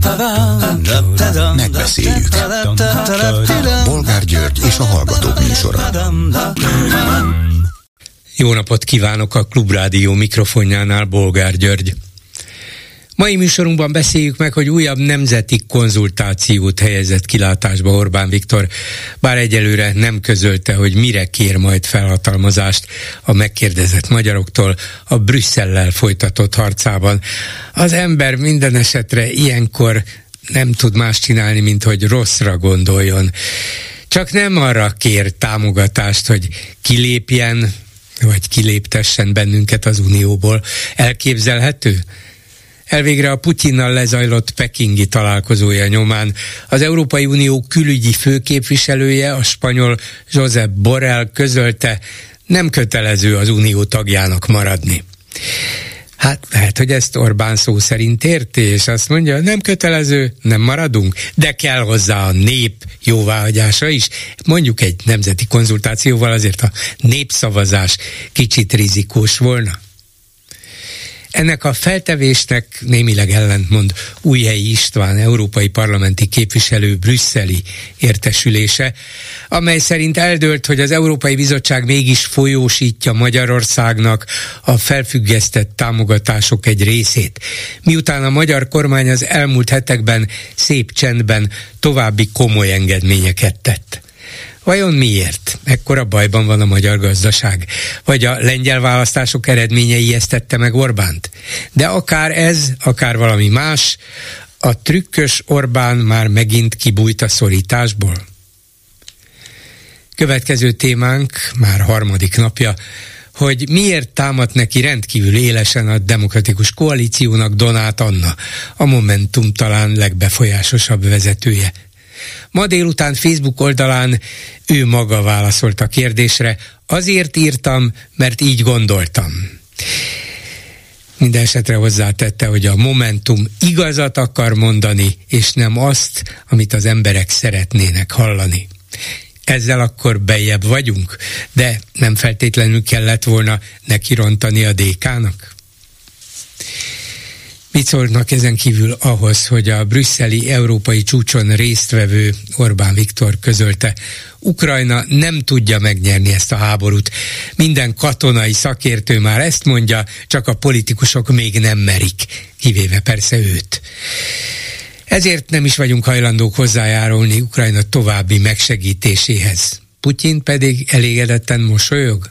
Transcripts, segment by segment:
Megbeszéljük. Bolgár György és a Hallgatók műsora. Jó napot kívánok, a Klubrádió mikrofonjánál Bolgár György. Mai műsorunkban beszéljük meg, hogy újabb nemzeti konzultációt helyezett kilátásba Orbán Viktor, bár egyelőre nem közölte, hogy mire kér majd felhatalmazást a megkérdezett magyaroktól a Brüsszellel folytatott harcában. Az ember minden esetre ilyenkor nem tud más csinálni, mint hogy rosszra gondoljon. Csak nem arra kér támogatást, hogy kilépjen, vagy kiléptessen bennünket az Unióból. Elképzelhető? Elvégre a Putyinnal lezajlott pekingi találkozója nyomán az Európai Unió külügyi főképviselője, a spanyol Josep Borrell közölte, nem kötelező az Unió tagjának maradni. Hát lehet, hogy ezt Orbán szó szerint érti, és azt mondja, nem kötelező, nem maradunk, de kell hozzá a nép jóváhagyása is. Mondjuk egy nemzeti konzultációval azért a népszavazás kicsit rizikós volna. Ennek a feltevésnek némileg ellentmond Újhelyi István európai parlamenti képviselő brüsszeli értesülése, amely szerint eldőlt, hogy az Európai Bizottság mégis folyósítja Magyarországnak a felfüggesztett támogatások egy részét, miután a magyar kormány az elmúlt hetekben szép csendben további komoly engedményeket tett. Vajon miért? Ekkora bajban van a magyar gazdaság? Vagy a lengyel választások eredményei ijesztette meg Orbánt? De akár ez, akár valami más, a trükkös Orbán már megint kibújt a szorításból. Következő témánk, már harmadik napja, hogy miért támadt neki rendkívül élesen a Demokratikus Koalíciónak Donát Anna, a Momentum talán legbefolyásosabb vezetője. Ma délután Facebook oldalán ő maga válaszolt a kérdésre, azért írtam, mert így gondoltam. Mindenesetre hozzátette, hogy a Momentum igazat akar mondani, és nem azt, amit az emberek szeretnének hallani. Ezzel akkor bejjebb vagyunk, de nem feltétlenül kellett volna nekirontani a DK-nak. Mit szólnak ezen kívül ahhoz, hogy a brüsszeli európai csúcson résztvevő Orbán Viktor közölte, Ukrajna nem tudja megnyerni ezt a háborút. Minden katonai szakértő már ezt mondja, csak a politikusok még nem merik, kivéve persze őt. Ezért nem is vagyunk hajlandók hozzájárulni Ukrajna további megsegítéséhez. Putyin pedig elégedetten mosolyog?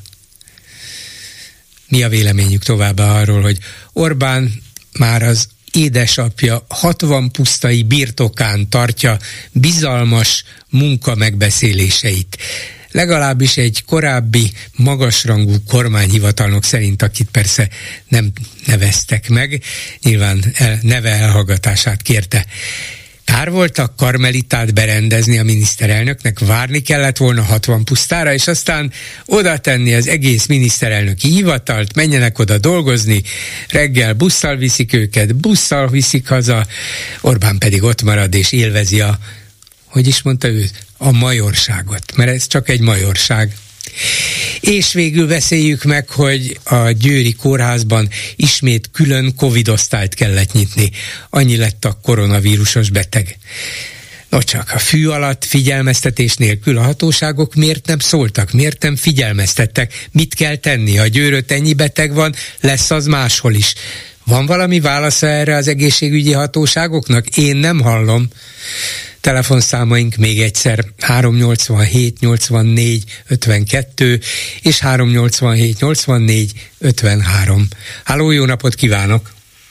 Mi a véleményük továbbá arról, hogy Orbán már az édesapja 60 pusztai birtokán tartja bizalmas munka megbeszéléseit. Legalábbis egy korábbi magasrangú kormányhivatalnok szerint, akit persze nem neveztek meg, nyilván neve elhallgatását kérte. Kár volt a karmelitát berendezni a miniszterelnöknek, várni kellett volna 60 pusztára, és aztán oda tenni az egész miniszterelnöki hivatalt, menjenek oda dolgozni, reggel busszal viszik őket, busszal viszik haza, Orbán pedig ott marad és élvezi hogy is mondta ő, a majorságot, mert ez csak egy majorság. És végül beszéljük meg, hogy a győri kórházban ismét külön Covid-osztályt kellett nyitni. Annyi lett a koronavírusos beteg. No csak a fű alatt figyelmeztetés nélkül a hatóságok miért nem szóltak, miért nem figyelmeztettek, mit kell tenni, ha Győrött ennyi beteg van, lesz az máshol is. Van valami válasza erre az egészségügyi hatóságoknak? Én nem hallom. Telefonszámaink még egyszer 387 84 52 és 387 84 53. Halló, jó napot kívánok!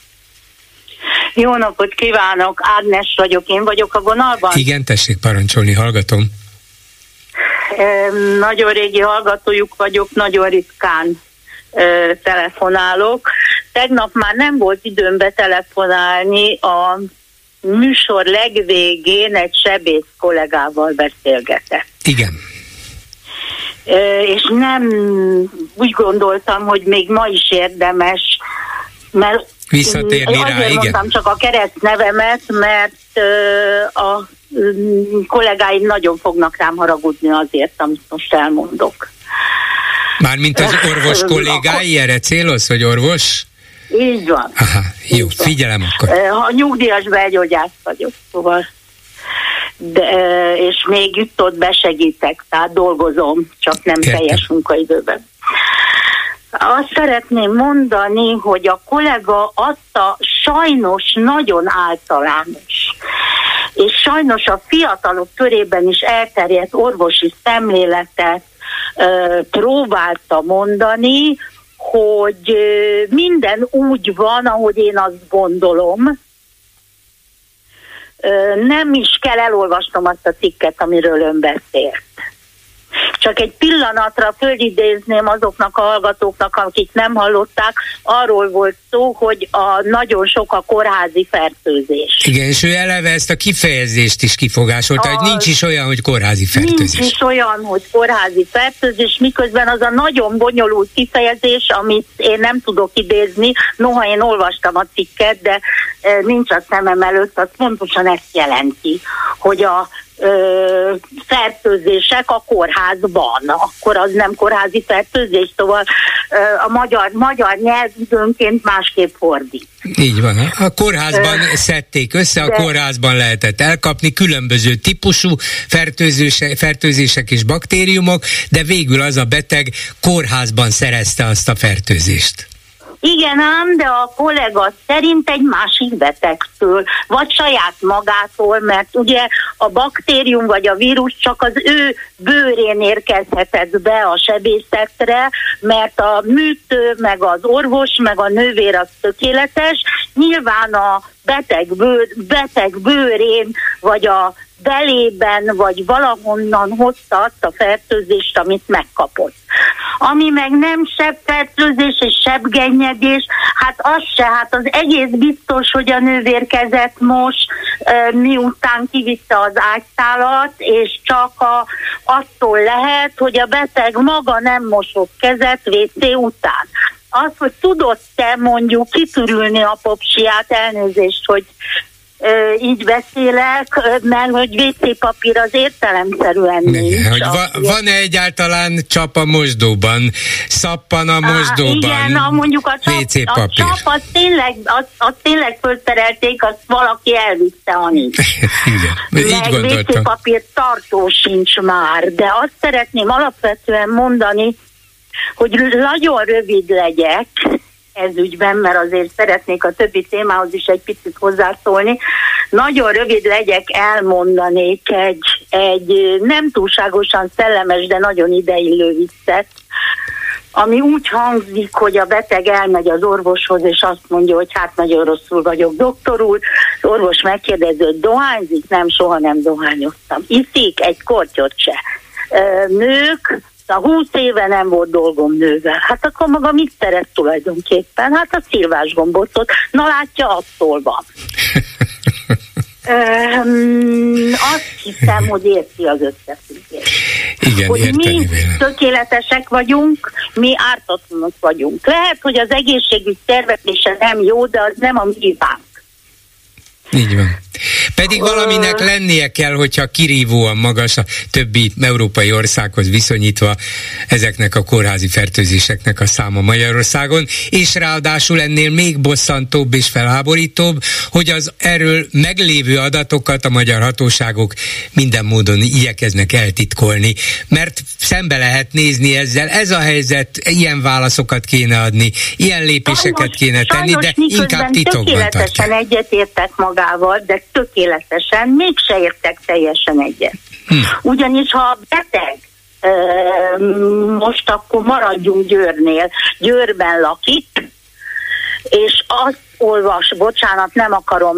Jó napot kívánok, Ágnes vagyok, én vagyok a vonalban? Igen, tessék parancsolni, hallgatom. Nagyon régi hallgatójuk vagyok, nagyon ritkán telefonálok. Tegnap már nem volt időm betelefonálni, a műsor legvégén egy sebész kollégával beszélgetett. Igen. És nem úgy gondoltam, hogy még ma is érdemes, mert visszatérni rá, azért igen. Mondtam csak a keresztnevemet, mert a kollégáim nagyon fognak rám haragudni azért, amit most elmondok. Mármint az orvos kollégái, erre célhoz, hogy orvos? Így van. Aha, jó, figyelem akkor. Nyugdíjas belgyógyász vagyok, szóval. És még itt ott besegítek, tehát dolgozom, csak nem teljes munkaidőben. Azt szeretném mondani, hogy a kollega adta sajnos nagyon általános, és sajnos a fiatalok körében is elterjedt orvosi szemléletet próbálta mondani, hogy minden úgy van, ahogy én azt gondolom. Nem is kell elolvasnom azt a cikket, amiről ön beszélt. Csak egy pillanatra fölidézném azoknak a hallgatóknak, akik nem hallották, arról volt szó, hogy nagyon sok a kórházi fertőzés. Igen, és ő eleve ezt a kifejezést is kifogásolta, hogy nincs is olyan, hogy kórházi fertőzés. Nincs is olyan, hogy kórházi fertőzés, miközben az a nagyon bonyolult kifejezés, amit én nem tudok idézni, noha én olvastam a cikket, de nincs a szemem előtt, az pontosan ezt jelenti, hogy a fertőzések a kórházban, akkor az nem kórházi fertőzés, szóval a magyar nyelv időnként másképp fordít. Így van. A kórházban szedték össze, a kórházban lehetett elkapni különböző típusú fertőzések és baktériumok, de végül az a beteg kórházban szerezte azt a fertőzést. Igen ám, de a kollega szerint egy másik betegtől, vagy saját magától, mert ugye a baktérium vagy a vírus csak az ő bőrén érkezhetett be a sebészetre, mert a műtő, meg az orvos, meg a nővér az tökéletes. Nyilván a beteg bőrén, vagy a belében, vagy valahonnan hozta azt a fertőzést, amit megkapott. Ami meg nem sebfertőzés és sebgennyegés, hát az se, hát az egész biztos, hogy a nővér kezet mos, miután kivitte az ágyszálat, és csak attól lehet, hogy a beteg maga nem mosott kezet WC után. Az, hogy tudott-e mondjuk kitürülni a popsiát, elnézést, hogy így beszélek, mert hogy WC papír az értelemszerűen nincs. Hogy van-e egyáltalán csap a mosdóban, szappan a mosdóban, igen, mondjuk a csap az tényleg fölszerelték, azt valaki elvitte annyit. Igen, így gondoltam. WC papír tartó sincs már, de azt szeretném alapvetően mondani, hogy nagyon rövid legyek ez ügyben, mert azért szeretnék a többi témához is egy picit hozzászólni. Nagyon rövid legyek, elmondanék egy nem túlságosan szellemes, de nagyon ideillő viccet, ami úgy hangzik, hogy a beteg elmegy az orvoshoz, és azt mondja, hogy hát nagyon rosszul vagyok, doktor úr. Az orvos megkérdezi, hogy dohányzik? Nem, soha nem dohányoztam. Iszik? Egy kortyot se. Nők? 20 éve nem volt dolgom nővel. Hát akkor maga mit szeret tulajdonképpen? Hát a szilvásgombócot. Na látja, attól van. Azt hiszem, hogy érti az összefüggést. Igen, hogy mi tökéletesek vagyunk, mi ártatlanok vagyunk. Lehet, hogy az egészségügy szervezése nem jó, de az nem a mi hibánk. Így van. Pedig valaminek lennie kell, hogyha kirívóan magas a többi európai országhoz viszonyítva ezeknek a kórházi fertőzéseknek a száma Magyarországon, és ráadásul ennél még bosszantóbb és felháborítóbb, hogy az erről meglévő adatokat a magyar hatóságok minden módon igyekeznek eltitkolni, mert szembe lehet nézni ezzel, ez a helyzet, ilyen válaszokat kéne adni, ilyen lépéseket kéne tenni, de inkább titokban tartják. Tökéletesen egyetértek magával, de tökéletesen mégse értek teljesen egyet. Ugyanis ha a beteg, most akkor maradjunk Győrnél, Győrben lakik, és azt olvas, bocsánat, nem akarom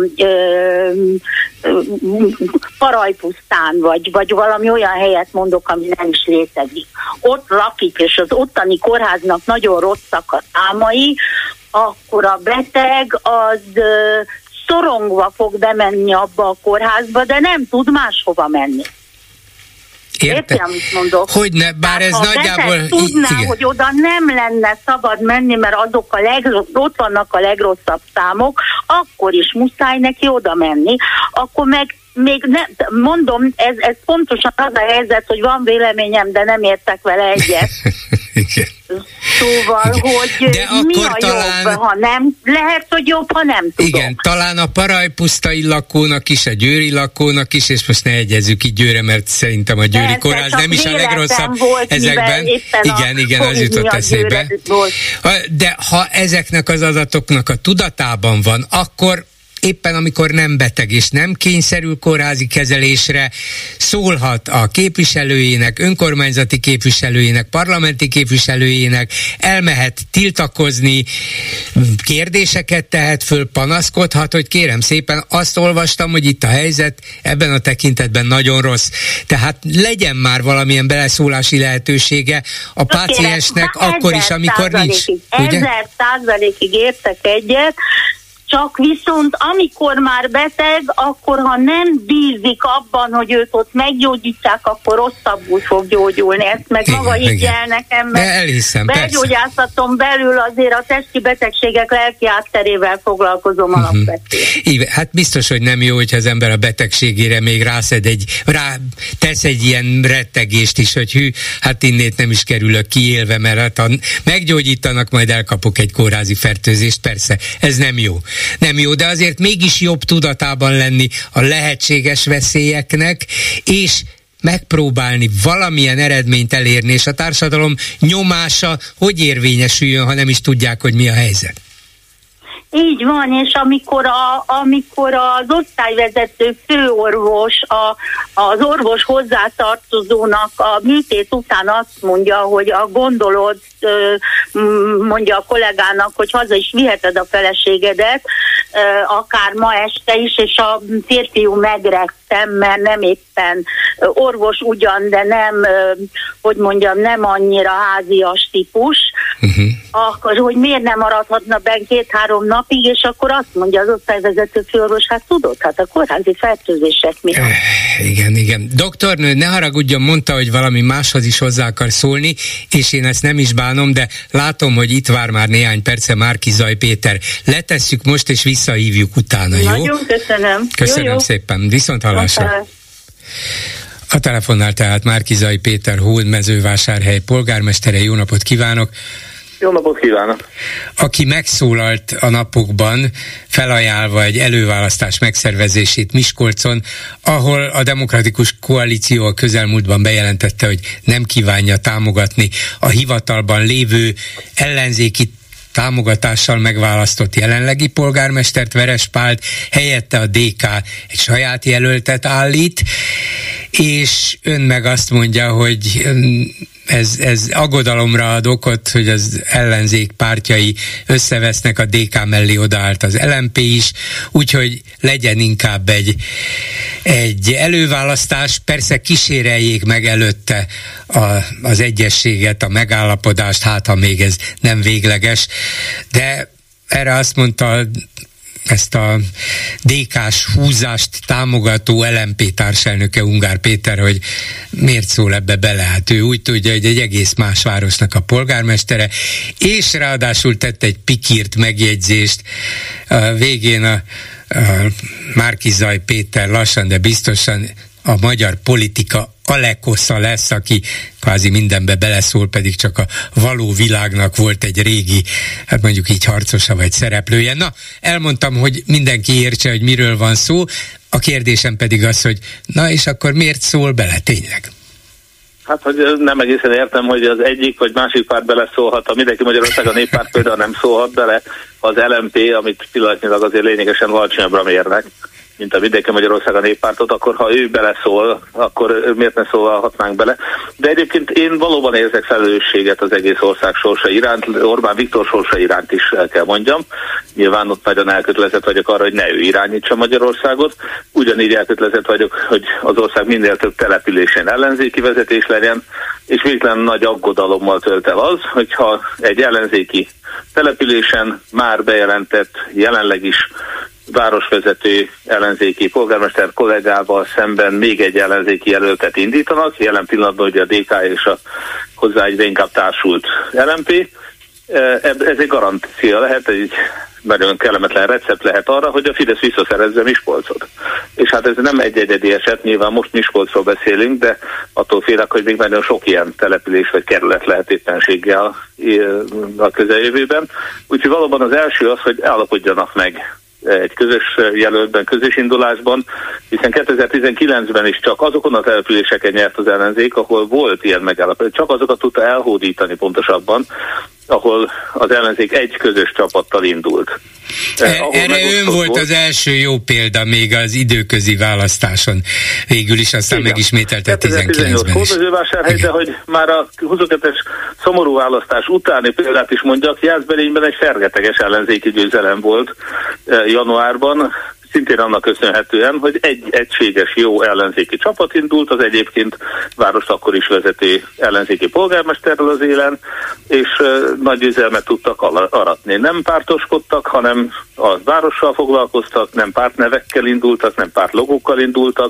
Parajpusztán, vagy valami olyan helyet mondok, ami nem is létezik. Ott lakik, és az ottani kórháznak nagyon rosszak a számai, akkor a beteg az szorongva fog bemenni abba a kórházba, de nem tud máshova menni. Érti, amit mondok? Hogyne, bár ez nagyjából... tudná, hogy oda nem lenne szabad menni, mert azok ott vannak a legrosszabb számok, akkor is muszáj neki oda menni, akkor meg még nem, mondom, ez pontosan az a helyzet, hogy van véleményem, de nem értek vele egyet. Szóval, hogy de mi akkor a talán... jobb, ha nem, lehet, hogy jobb, ha nem tudom. Igen, talán a parajpusztai lakónak is, a győri lakónak is, és most ne egyezzük így Győre, mert szerintem a győri kórház nem is a legrosszabb volt, ezekben. Igen, az jutott eszébe. De ha ezeknek az adatoknak a tudatában van, akkor éppen amikor nem beteg és nem kényszerül kórházi kezelésre, szólhat a képviselőjének, önkormányzati képviselőjének, parlamenti képviselőjének, elmehet tiltakozni, kérdéseket tehet föl, panaszkodhat, hogy kérem szépen, azt olvastam, hogy itt a helyzet ebben a tekintetben nagyon rossz. Tehát legyen már valamilyen beleszólási lehetősége a páciensnek akkor is, amikor nincs. 1000%-ig értek egyet, csak viszont amikor már beteg, akkor ha nem bízik abban, hogy őt ott meggyógyítják, akkor rosszabbul fog gyógyulni. Ezt meg maga higgy el nekem, mert belgyógyászaton belül azért a testi betegségek lelki átterével foglalkozom alapvetően. Hát biztos, hogy nem jó, hogyha az ember a betegségére még tesz egy ilyen rettegést is, hogy hű, hát innét nem is kerülök kiélve, mert hát ha meggyógyítanak, majd elkapok egy kórházi fertőzést, persze, ez nem jó. Nem jó, de azért mégis jobb tudatában lenni a lehetséges veszélyeknek, és megpróbálni valamilyen eredményt elérni, és a társadalom nyomása hogy érvényesüljön, ha nem is tudják, hogy mi a helyzet. Így van, és amikor az osztályvezető főorvos, az orvos hozzátartozónak a műtét után azt mondja, hogy gondolod, mondja a kollégának, hogy haza is viheted a feleségedet, akár ma este is, és a férfiú megrettem, mert nem éppen orvos ugyan, de nem, hogy mondjam, nem annyira házias típus, akkor, hogy miért nem maradhatna benn 2-3 napig, és akkor azt mondja az osztályvezető főorvos, hát tudod, hát a kórházi fertőzések miatt. Igen. Doktornő, ne haragudjon, mondta, hogy valami máshoz is hozzá akar szólni, és én ezt nem is bánom, de látom, hogy itt vár már néhány perce Márki-Zay Péter. Letesszük most, és visszahívjuk utána, jó? Nagyon köszönöm. Köszönöm szépen. Viszonthallásra. A telefonnál tehát Márki-Zay Péter, Hódmezővásárhely polgármestere. Jó napot kívánok! Jó napot kívánok! Aki megszólalt a napokban, felajánlva egy előválasztás megszervezését Miskolcon, ahol a Demokratikus Koalíció a közelmúltban bejelentette, hogy nem kívánja támogatni a hivatalban lévő ellenzéki támogatással megválasztott jelenlegi polgármestert, Veres Pált, helyette a DK egy saját jelöltet állít, és ön meg azt mondja, hogy ez aggodalomra ad okot, hogy az ellenzék pártjai összevesznek, a DK mellé odaállt az LMP is, úgyhogy legyen inkább egy előválasztás, persze kíséreljék meg előtte az egyességet, a megállapodást, hát ha még ez nem végleges, de erre azt mondta ezt a DK-s húzást támogató LMP társelnöke, Ungár Péter, hogy miért szól ebbe bele. Hát ő úgy tudja, hogy egy egész más városnak a polgármestere, és ráadásul tett egy pikírt megjegyzést. A végén a Márki-Zay Péter lassan, de biztosan a magyar politika Alekosza lesz, aki kvázi mindenbe beleszól, pedig csak a való világnak volt egy régi, hát mondjuk így harcosa vagy szereplője. Na, elmondtam, hogy mindenki értse, hogy miről van szó, a kérdésem pedig az, hogy na és akkor miért szól bele tényleg? Hát, hogy nem egészen értem, hogy az egyik vagy másik párt beleszólhat, a Mindenki Magyarország, a Néppárt például nem szólhat bele, az LMP, amit pillanatnyilag azért lényegesen alacsonyabbra mérnek, mint a Mindenki Magyarország, a Néppártot, akkor ha ő beleszól, akkor miért ne szólhatnánk bele. De egyébként én valóban érzek felelősséget az egész ország sorsa iránt, Orbán Viktor sorsa iránt is el kell mondjam. Nyilván ott nagyon elkötelezett vagyok arra, hogy ne ő irányítsa Magyarországot. Ugyanígy elkötelezett vagyok, hogy az ország minél több településen ellenzéki vezetés legyen, és végtelen nagy aggodalommal tölt el az, hogyha egy ellenzéki településen már bejelentett, jelenleg is városvezető ellenzéki polgármester kollégával szemben még egy ellenzéki jelöltet indítanak. Jelen pillanatban ugye a DK és a hozzá egyre inkább társult LMP. Ez egy garancia lehet, egy nagyon kellemetlen recept lehet arra, hogy a Fidesz visszaszerezze Miskolcot. És hát ez nem egy egyedi eset, nyilván most Miskolcról beszélünk, de attól félek, hogy még nagyon sok ilyen település vagy kerület lehet éppenséggel a közeljövőben. Úgyhogy valóban az első az, hogy állapodjanak meg egy közös jelöltben, közös indulásban, hiszen 2019-ben is csak azokon a településeken nyert az ellenzék, ahol volt ilyen megállapodás, csak azokat tudta elhódítani pontosabban, ahol az ellenzék egy közös csapattal indult. Erre ön volt az első jó példa még az időközi választáson. Végül is aztán megismételte 19-ben is. Hódmezővásárhely, de hogy már a 22-es szomorú választás utáni példát is mondjak, Jászberényben egy fergeteges ellenzéki győzelem volt januárban, szintén annak köszönhetően, hogy egy egységes, jó ellenzéki csapat indult, az egyébként várost akkor is vezető ellenzéki polgármesterrel az élen, és nagy győzelmet tudtak aratni. Nem pártoskodtak, hanem a várossal foglalkoztak, nem pártnevekkel indultak, nem pártlogókkal indultak,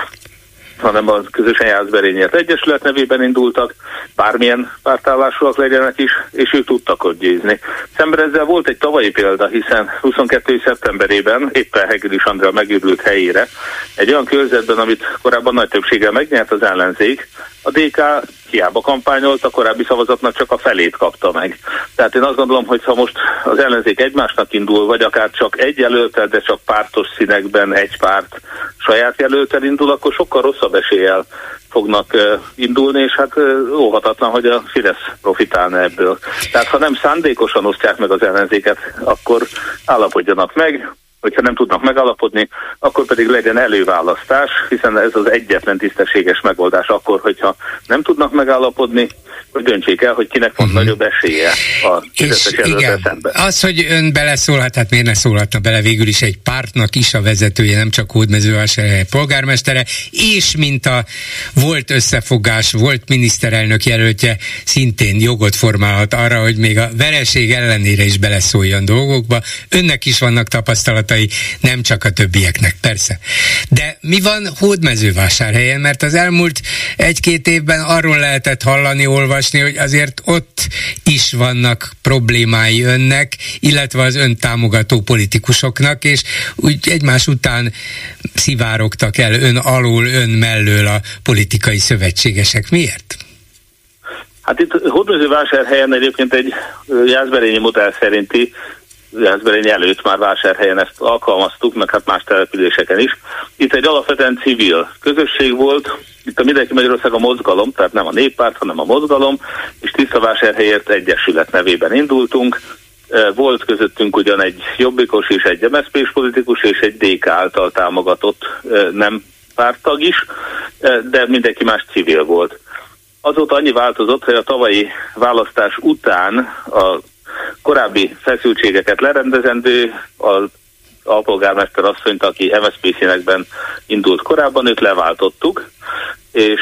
hanem a közösen Jászberényért Egyesület nevében indultak, bármilyen pártállásúak legyenek is, és ők tudtak ott győzni. Szemben ezzel volt egy tavalyi példa, hiszen 22. szeptemberében éppen Hegedűs Andrea megőrült helyére, egy olyan körzetben, amit korábban nagy többséggel megnyert az ellenzék, a DK hiába kampányolt, a korábbi szavazatnak csak a felét kapta meg. Tehát én azt gondolom, hogy ha most az ellenzék egymásnak indul, vagy akár csak egy jelöltel, de csak pártos színekben egy párt saját jelöltel indul, akkor sokkal rosszabb eséllyel fognak indulni, és hát óhatatlan, hogy a Fidesz profitálna ebből. Tehát ha nem szándékosan osztják meg az ellenzéket, akkor állapodjanak meg, hogyha nem tudnak megállapodni, akkor pedig legyen előválasztás, hiszen ez az egyetlen tisztességes megoldás akkor, hogyha nem tudnak megállapodni, hogy döntsék el, hogy kinek van nagyobb esélye a Fideszes jelölttel szemben. Az, hogy ön beleszólhat, hát miért ne szólhatna bele, végül is egy pártnak is a vezetője, nem csak Hódmezővásárhely polgármestere, és mint a volt összefogás, volt miniszterelnök jelöltje, szintén jogot formálhat arra, hogy még a vereség ellenére is beleszóljon dolgokba. Önnek is vannak tapasztalatai, nem csak a többieknek, persze. De mi van Hódmezővásárhelyen? Mert az elmúlt 1-2 évben arról lehetett hallani, olvasni, hogy azért ott is vannak problémái önnek, illetve az ön támogató politikusoknak, és úgy egymás után szivárogtak el ön alól, ön mellől a politikai szövetségesek. Miért? Hát itt Hódmezővásárhelyen egyébként egy jászberényi modell szerinti, Jászberény előtt már Vásárhelyen ezt alkalmaztuk, meg hát más településeken is. Itt egy alapvetően civil közösség volt, itt a Mindenki Magyarország a mozgalom, tehát nem a néppárt, hanem a mozgalom, és Tiszavásárhelyért Egyesület nevében indultunk. Volt közöttünk ugyan egy jobbikos és egy MSZP-s politikus, és egy DK által támogatott nem párttag is, de mindenki más civil volt. Azóta annyi változott, hogy a tavalyi választás után a korábbi feszültségeket lerendezendő, az alpolgármester asszonyt, aki MSZP színekben indult korábban, őt leváltottuk, és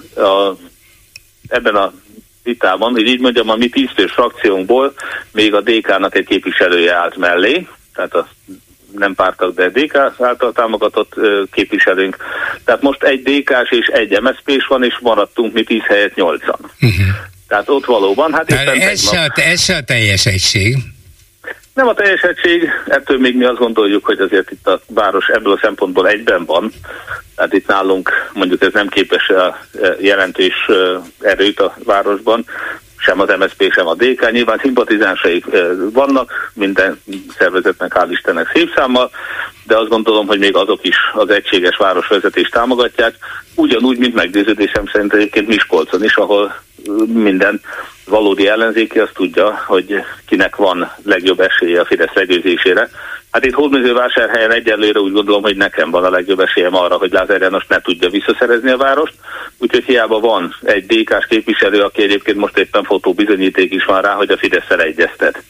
ebben a vitában, hogy így mondjam, a mi 10 fős frakciónkból még a DK-nak egy képviselője állt mellé, tehát a nem pártak, de DK által támogatott képviselőnk. Tehát most egy DK-s és egy MSZP-s van, és maradtunk mi 10 helyett 8-an. Tehát ott valóban, hát éppen ez se a teljes egység. Nem a teljes egység, ettől még mi azt gondoljuk, hogy azért itt a város ebből a szempontból egyben van. Tehát itt nálunk mondjuk ez nem képes a jelentős erőt a városban, sem az MSZP, sem a DK. Nyilván szimpatizánsaik vannak, minden szervezetnek, hál' Istennek szép számmal, de azt gondolom, hogy még azok is az egységes városvezetést támogatják, ugyanúgy, mint meggyőződésem szerint egyébként Miskolcon is, ahol minden valódi ellenzéki azt tudja, hogy kinek van legjobb esélye a Fidesz legyőzésére. Hát itt Hódmezővásárhelyen egyelőre úgy gondolom, hogy nekem van a legjobb esélyem arra, hogy Lázár János ne tudja visszaszerezni a várost, úgyhogy hiába van egy DK-s képviselő, aki egyébként most éppen fotóbizonyíték is van rá, hogy a Fidesszel egyeztet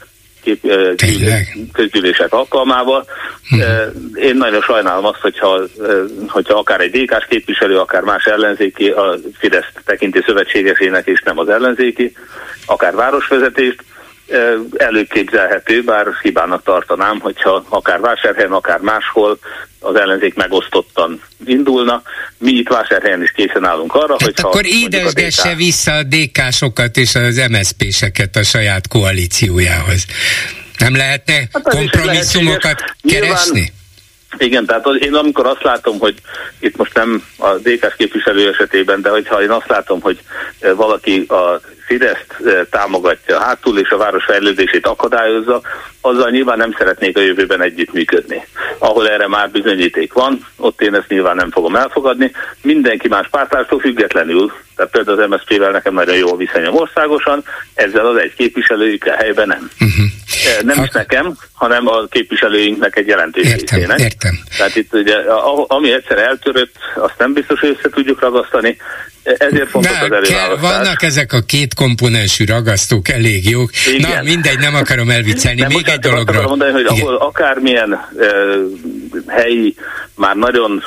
közgyűlések alkalmával. Én nagyon sajnálom azt, hogyha akár egy DK-s képviselő, akár más ellenzéki a Fidesz tekinti szövetségesének és nem az ellenzéki, akár városvezetést, előképzelhető, bár hibának tartanám, hogyha akár Vásárhelyen, akár máshol az ellenzék megosztottan indulna. Mi itt Vásárhelyen is készen állunk arra, hogy akkor édesgesse vissza a DK-sokat és az MSZP-seket a saját koalíciójához. Nem lehetne kompromisszumokat keresni? Igen, tehát én amikor azt látom, hogy itt most nem a DK-s képviselő esetében, de hogyha én azt látom, hogy valaki a Fideszt támogatja hátul és a város fejlődését akadályozza, azzal nyilván nem szeretnék a jövőben együttműködni. Ahol erre már bizonyíték van, ott én ezt nyilván nem fogom elfogadni. Mindenki más pártártól függetlenül, tehát például az MSZP-vel nekem nagyon jó viszonyom országosan, ezzel az egy képviselőjükkel helyben nem. Nem is nekem, hanem a képviselőinknek egy jelentős részének. Értem. Tehát itt ugye, ami egyszer eltörött, azt nem biztos, hogy össze tudjuk ragasztani, ezért fontos az előválasztás. Vannak ezek a két komponensű ragasztók elég jók. Igen. Na, mindegy, nem akarom elviccelni. Még egy dologra. Akarom mondani, hogy ahol akármilyen helyi, már nagyon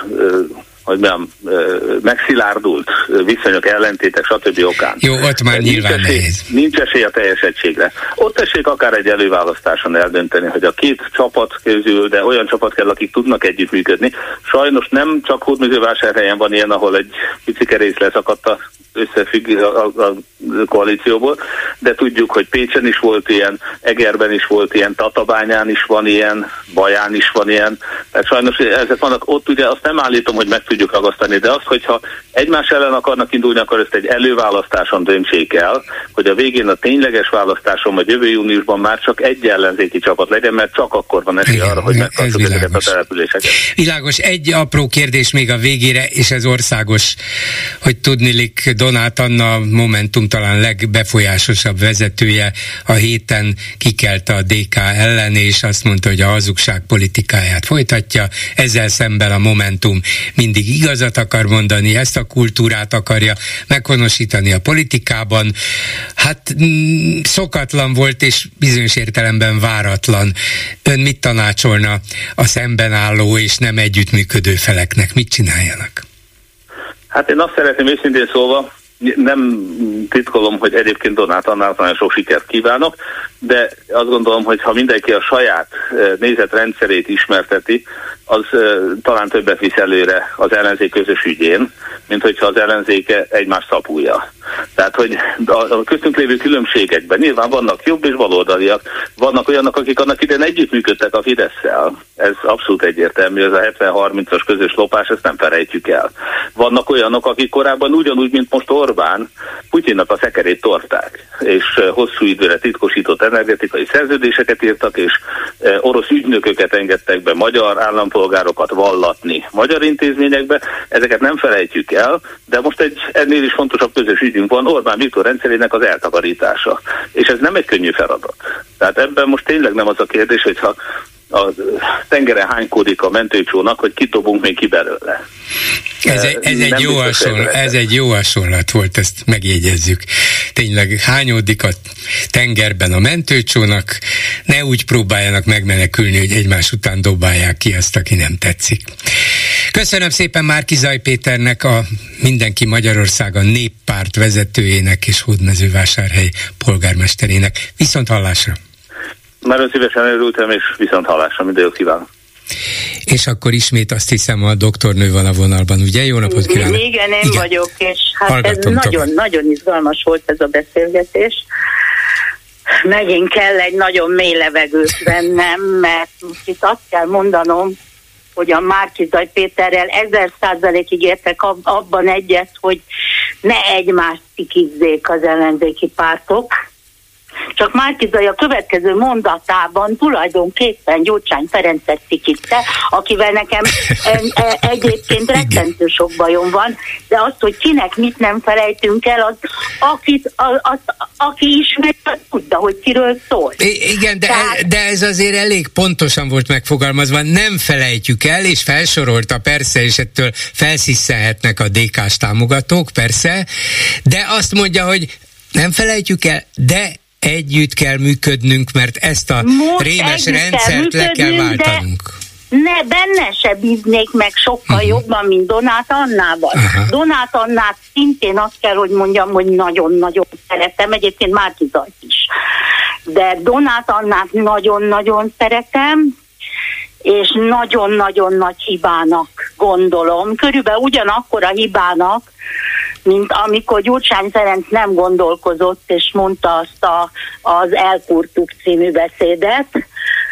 megszilárdult viszonyok, ellentétek, stb. Okán. Jó, ott már nyilván nehéz. Nincs esély a teljes egységre. Ott tessék akár egy előválasztáson eldönteni, hogy a két csapat közül, de olyan csapat kell, akik tudnak együttműködni. Sajnos nem csak Hódmezővásárhelyen van ilyen, ahol egy picike rész leszakadt összefügg a koalícióból, de tudjuk, hogy Pécsen is volt ilyen, Egerben is volt ilyen, Tatabányán is van ilyen, Baján is van ilyen. Tehát sajnos ezek vannak, ott ugye azt nem állítom, hogy meg tudjuk ragasztani, de azt, hogyha egymás ellen akarnak indulni, akkor ezt egy előválasztáson döntsék el, hogy a végén a tényleges választáson, vagy jövő júniusban már csak egy ellenzéki csapat legyen, mert csak akkor van esély arra, hogy megtartsuk ezeket a településeket. Világos, egy apró kérdés még a végére, és ez országos, hogy tudniillik Donát Anna Momentum talán legbefolyásosabb vezetője a héten kikelte a DK ellen, és azt mondta, hogy a hazugság politikáját folytatja, ezzel szemben a Momentum mindig igazat akar mondani, ezt a kultúrát akarja meghonosítani a politikában. Hát szokatlan volt, és bizonyos értelemben váratlan. Ön mit tanácsolna a szemben álló és nem együttműködő feleknek? Mit csináljanak? Hát én azt szeretném őszintén szólva, nem titkolom, hogy egyébként Donát Annának nagyon sok sikert kívánok, de azt gondolom, hogy ha mindenki a saját nézetrendszerét ismerteti, az talán többet visz előre az ellenzék közös ügyén, mint hogyha az ellenzéke egymás szapulja. Tehát, hogy a köztünk lévő különbségekben nyilván vannak jobb és baloldaliak, vannak olyanok, akik annak idején együttműködtek a Fidesszel. Ez abszolút egyértelmű, ez a 70-30-as közös lopás, ezt nem felejtjük el. Vannak olyanok, akik korábban ugyanúgy, mint most Orbán, Putyinnak a szekerét torták, és hosszú időre titkosított energetikai szerződéseket írtak, és orosz ügynököket engedtek be magyar állampolgárokat vallatni magyar intézményekbe. Ezeket nem felejtjük el, de most egy ennél is fontosabb közös ügyünk van, Orbán Viktor rendszerének az eltakarítása. És ez nem egy könnyű feladat. Tehát ebben most tényleg nem az a kérdés, hogyha a tengeren hánykódik a mentőcsónak, hogy kitobunk még ki belőle. Ez egy jó hasonlat volt, ezt megjegyezzük. Tényleg hányódik a tengerben a mentőcsónak, ne úgy próbáljanak megmenekülni, hogy egymás után dobálják ki azt, aki nem tetszik. Köszönöm szépen Márki-Zay Péternek, a Mindenki Magyarország a Néppárt vezetőjének és Hódmezővásárhely polgármesterének. Viszont hallásra! Nagyon szívesen örültem, és viszont hallásra, minden jót kívánok. És akkor ismét azt hiszem a doktornő van a vonalban, ugye? Jó napot kívánok! Igen, én vagyok, és hát ez nagyon izgalmas volt ez a beszélgetés. Megint kell egy nagyon mély levegőt vennem, mert most itt azt kell mondanom, hogy a Márki-Zay Péterrel 1000%-ig értek abban egyet, hogy ne egymást cikizzék az ellenzéki pártok. Csak Márki-Zay a következő mondatában tulajdonképpen Gyurcsány Ferencet cikizte, akivel nekem egyébként rettentő sok bajom van, de azt, hogy kinek mit nem felejtünk el, az aki ismeri, tudta, hogy kiről szól. Igen, de ez azért elég pontosan volt megfogalmazva, nem felejtjük el, és felsorolta persze, és ettől felszisszenhetnek a DK-s támogatók, persze, de azt mondja, hogy nem felejtjük el, de együtt kell működnünk, mert ezt a rémes rendszert le kell váltanunk. Benne se bíznék meg sokkal jobban, mint Donát Annával. Donát Annát szintén azt kell, hogy mondjam, hogy nagyon-nagyon szeretem, egyébként Márki-Zayt is. De Donát Annát nagyon-nagyon szeretem, és nagyon-nagyon nagy hibának gondolom. Körülbelül ugyanakkor a hibának, mint amikor Gyurcsány Ferenc nem gondolkozott, és mondta azt az Elkurtuk című beszédet,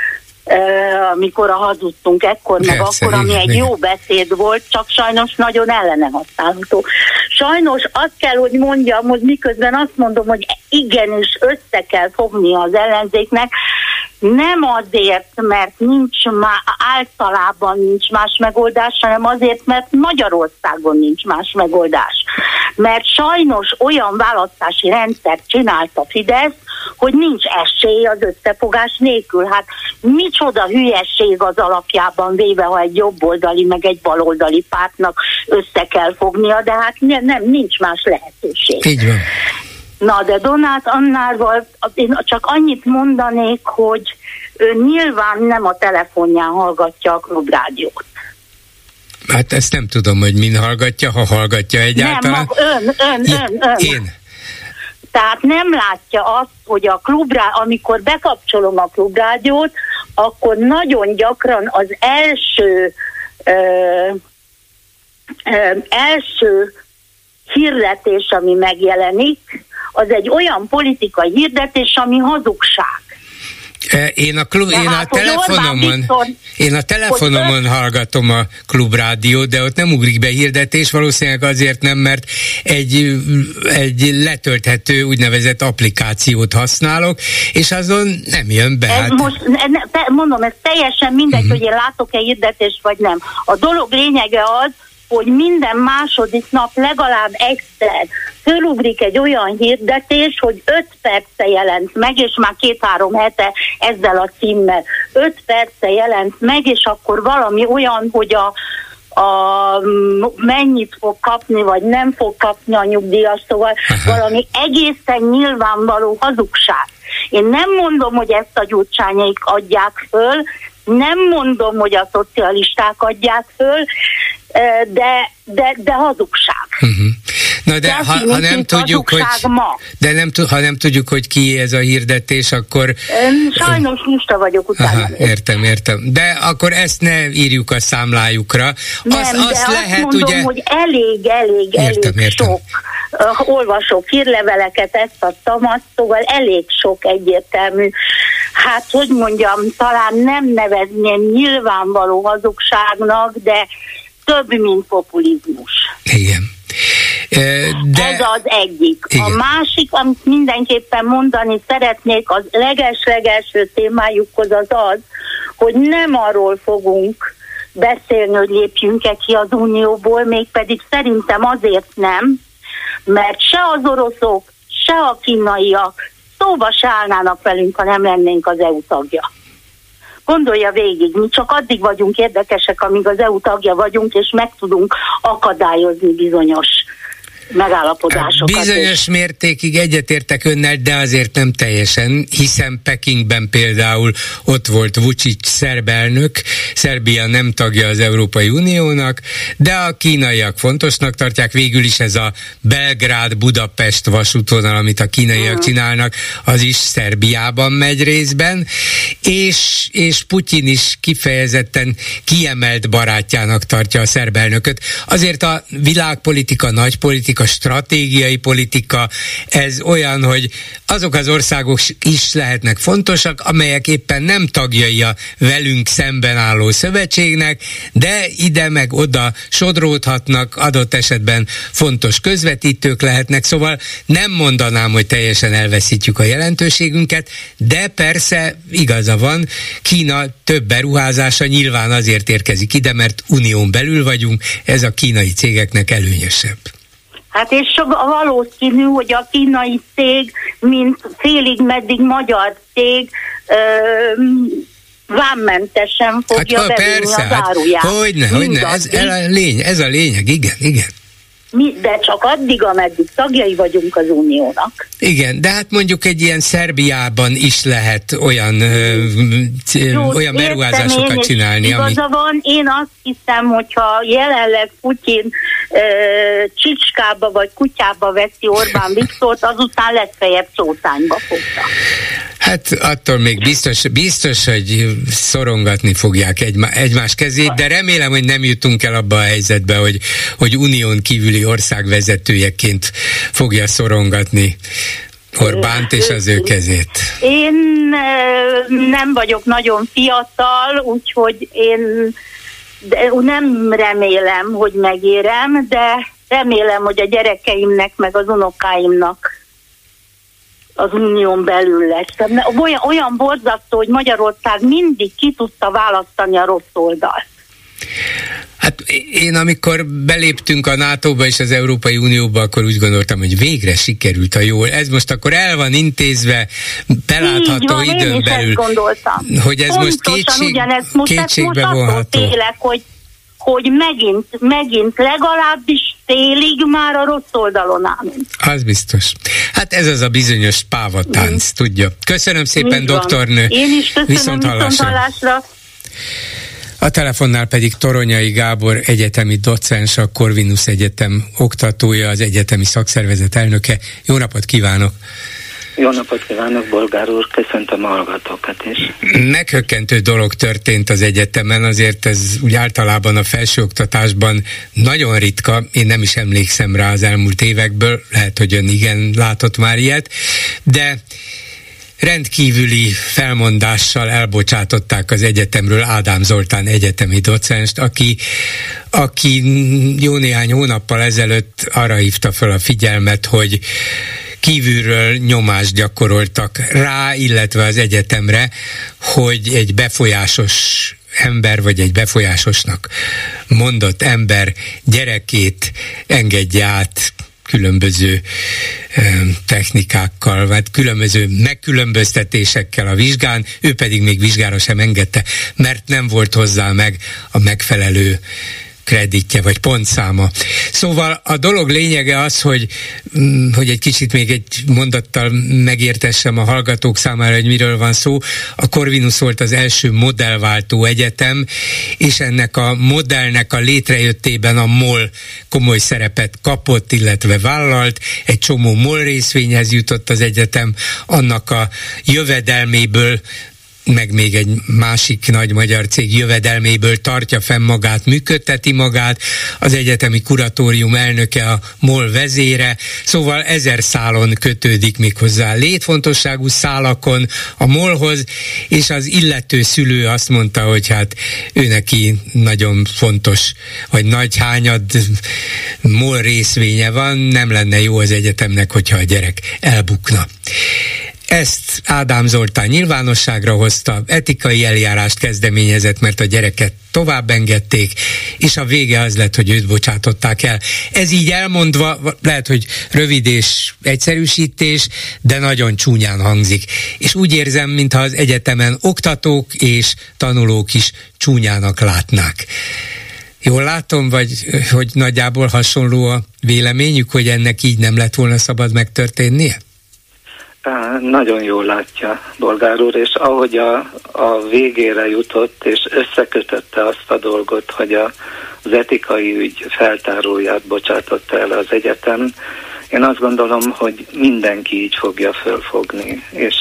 amikor hazudtunk ekkor, meg akkor, ami egy jó beszéd volt, csak sajnos nagyon ellene használható. Sajnos azt kell, hogy mondjam, hogy miközben azt mondom, hogy igenis össze kell fogni az ellenzéknek, nem azért, mert általában nincs más megoldás, hanem azért, mert Magyarországon nincs más megoldás. Mert sajnos olyan választási rendszert csinált a Fidesz, hogy nincs esély az összefogás nélkül. Hát micsoda hülyesség az alapjában véve, ha egy jobboldali, meg egy baloldali pártnak össze kell fognia, de hát nincs más lehetőség. Így van. Na, de Donát Annával én csak annyit mondanék, hogy ő nyilván nem a telefonján hallgatja a Klubrádiót. Hát ezt nem tudom, hogy min hallgatja, ha hallgatja egyáltalán. Nem, ön. Én. Tehát nem látja azt, hogy amikor bekapcsolom a Klubrádiót, akkor nagyon gyakran az első hirdetés, ami megjelenik, az egy olyan politikai hirdetés, ami hazugság. Én a telefonomon hallgatom a Klubrádiót, de ott nem ugrik be hirdetés, valószínűleg azért nem, mert egy letölthető úgynevezett applikációt használok, és azon nem jön be. Mondom, ez teljesen mindegy, hogy én látok-e hirdetést, vagy nem. A dolog lényege az, hogy minden második nap legalább egyszer fölugrik egy olyan hirdetés, hogy 5 perce jelent meg, és már 2-3 hete ezzel a címmel 5 perce jelent meg, és akkor valami olyan, hogy mennyit fog kapni, vagy nem fog kapni a nyugdíjas, szóval valami egészen nyilvánvaló hazugság. Én nem mondom, hogy ezt a Gyurcsányék adják föl, nem mondom, hogy a szocialisták adják föl, de hazugság. Na de ha nem tudjuk, ha nem tudjuk, hogy ki ez a hirdetés, akkor... Sajnos lusta vagyok utána. Értem. De akkor ezt ne írjuk a számlájukra. Azt mondom, ugye... hogy elég sok. Olvasok hírleveleket, ezt adtam, szóval elég sok egyértelmű. Hát, hogy mondjam, talán nem nevezném nyilvánvaló hazugságnak, de több, mint populizmus. Igen. Ez az egyik. Igen. A másik, amit mindenképpen mondani szeretnék, az leges-legelső témájukhoz az, hogy nem arról fogunk beszélni, hogy lépjünk-e ki az Unióból, mégpedig szerintem azért nem, mert se az oroszok, se a kínaiak szóba se állnának velünk, ha nem lennénk az EU tagja. Gondolja végig, mi csak addig vagyunk érdekesek, amíg az EU tagja vagyunk, és meg tudunk akadályozni bizonyos megállapodásokat. Bizonyos mértékig egyetértek önnel, de azért nem teljesen, hiszen Pekingben például ott volt Vučić szerb elnök, Szerbia nem tagja az Európai Uniónak, de a kínaiak fontosnak tartják, végül is ez a Belgrád-Budapest vasútvonal, amit a kínaiak csinálnak, az is Szerbiában megy részben, és Putyin is kifejezetten kiemelt barátjának tartja a szerb elnököt. Azért a világpolitika, nagypolitika, a stratégiai politika, ez olyan, hogy azok az országok is lehetnek fontosak, amelyek éppen nem tagjai a velünk szemben álló szövetségnek, de ide meg oda sodródhatnak, adott esetben fontos közvetítők lehetnek, szóval nem mondanám, hogy teljesen elveszítjük a jelentőségünket, de persze igaza van, Kína több beruházása nyilván azért érkezik ide, mert unión belül vagyunk, ez a kínai cégeknek előnyösebb. Hát és valószínű, hogy a kínai cég, mint félig meddig magyar cég, vámmentesen fogja bevinni az áruját. Hogyne, ez a lényeg, igen. De csak addig, ameddig tagjai vagyunk az Uniónak. Igen, de hát mondjuk egy ilyen Szerbiában is lehet olyan beruházásokat csinálni. Igaza van, én azt hiszem, hogyha jelenleg Putyin csicskába vagy kutyába veszi Orbán Viktort, azután legfeljebb szótányba fogta. Hát attól még biztos, hogy szorongatni fogják egymás kezét, de remélem, hogy nem jutunk el abba a helyzetbe, hogy unión kívüli ország vezetőjeként fogja szorongatni Orbánt és az ő kezét. Én nem vagyok nagyon fiatal, úgyhogy én nem remélem, hogy megérem, de remélem, hogy a gyerekeimnek meg az unokáimnak az unión belül lesz. Olyan borzasztó, hogy Magyarország mindig ki tudta választani a rossz oldalt. Hát én amikor beléptünk a NATO-ba és az Európai Unióba, akkor úgy gondoltam, hogy végre sikerült a jó. Ez most akkor el van intézve, belátható időn belül. Hogy ez pontosan most kétségbe vonható. Tényleg, hogy megint legalábbis félig már a rossz oldalon állunk. Az biztos. Hát ez az a bizonyos pávatánc, tudja. Köszönöm szépen, doktornő. Én is köszönöm, viszont hallásra. A telefonnál pedig Toronyai Gábor egyetemi docens, a Corvinus Egyetem oktatója, az egyetemi szakszervezet elnöke. Jó napot kívánok! Jó napot kívánok, Bolgár úr, köszöntöm a hallgatókat is. Meghökkentő dolog történt az egyetemen, azért ez úgy általában a felsőoktatásban nagyon ritka, én nem is emlékszem rá az elmúlt évekből, lehet, hogy ön igen látott már ilyet, de rendkívüli felmondással elbocsátották az egyetemről Ádám Zoltán egyetemi docenst, aki jó néhány hónappal ezelőtt arra hívta fel a figyelmet, hogy kívülről nyomást gyakoroltak rá, illetve az egyetemre, hogy egy befolyásos ember, vagy egy befolyásosnak mondott ember gyerekét engedje át különböző technikákkal, vagy különböző megkülönböztetésekkel a vizsgán, ő pedig még vizsgára sem engedte, mert nem volt hozzá meg a megfelelő kreditje, vagy pontszáma. Szóval a dolog lényege az, hogy egy kicsit még egy mondattal megértessem a hallgatók számára, hogy miről van szó. A Corvinus volt az első modellváltó egyetem, és ennek a modellnek a létrejöttében a MOL komoly szerepet kapott, illetve vállalt. Egy csomó MOL részvényhez jutott az egyetem, annak a jövedelméből, meg még egy másik nagy magyar cég jövedelméből tartja fenn magát, működteti magát, az egyetemi kuratórium elnöke, a MOL vezére, szóval 1000 szálon kötődik még hozzá, létfontosságú szálakon a MOL-hoz, és az illető szülő azt mondta, hogy hát ő neki nagyon fontos, vagy nagy hányad MOL részvénye van, nem lenne jó az egyetemnek, hogyha a gyerek elbukna. Ezt Ádám Zoltán nyilvánosságra hozta, etikai eljárást kezdeményezett, mert a gyereket tovább engedték, és a vége az lett, hogy őt bocsátották el. Ez így elmondva, lehet, hogy rövid és egyszerűsítés, de nagyon csúnyán hangzik. És úgy érzem, mintha az egyetemen oktatók és tanulók is csúnyának látnák. Jól látom, vagy hogy nagyjából hasonló a véleményük, hogy ennek így nem lett volna szabad megtörténnie? Nagyon jól látja, Bolgár úr, és ahogy a végére jutott, és összekötötte azt a dolgot, hogy az etikai ügy feltáróját bocsátotta el az egyetem, én azt gondolom, hogy mindenki így fogja fölfogni, és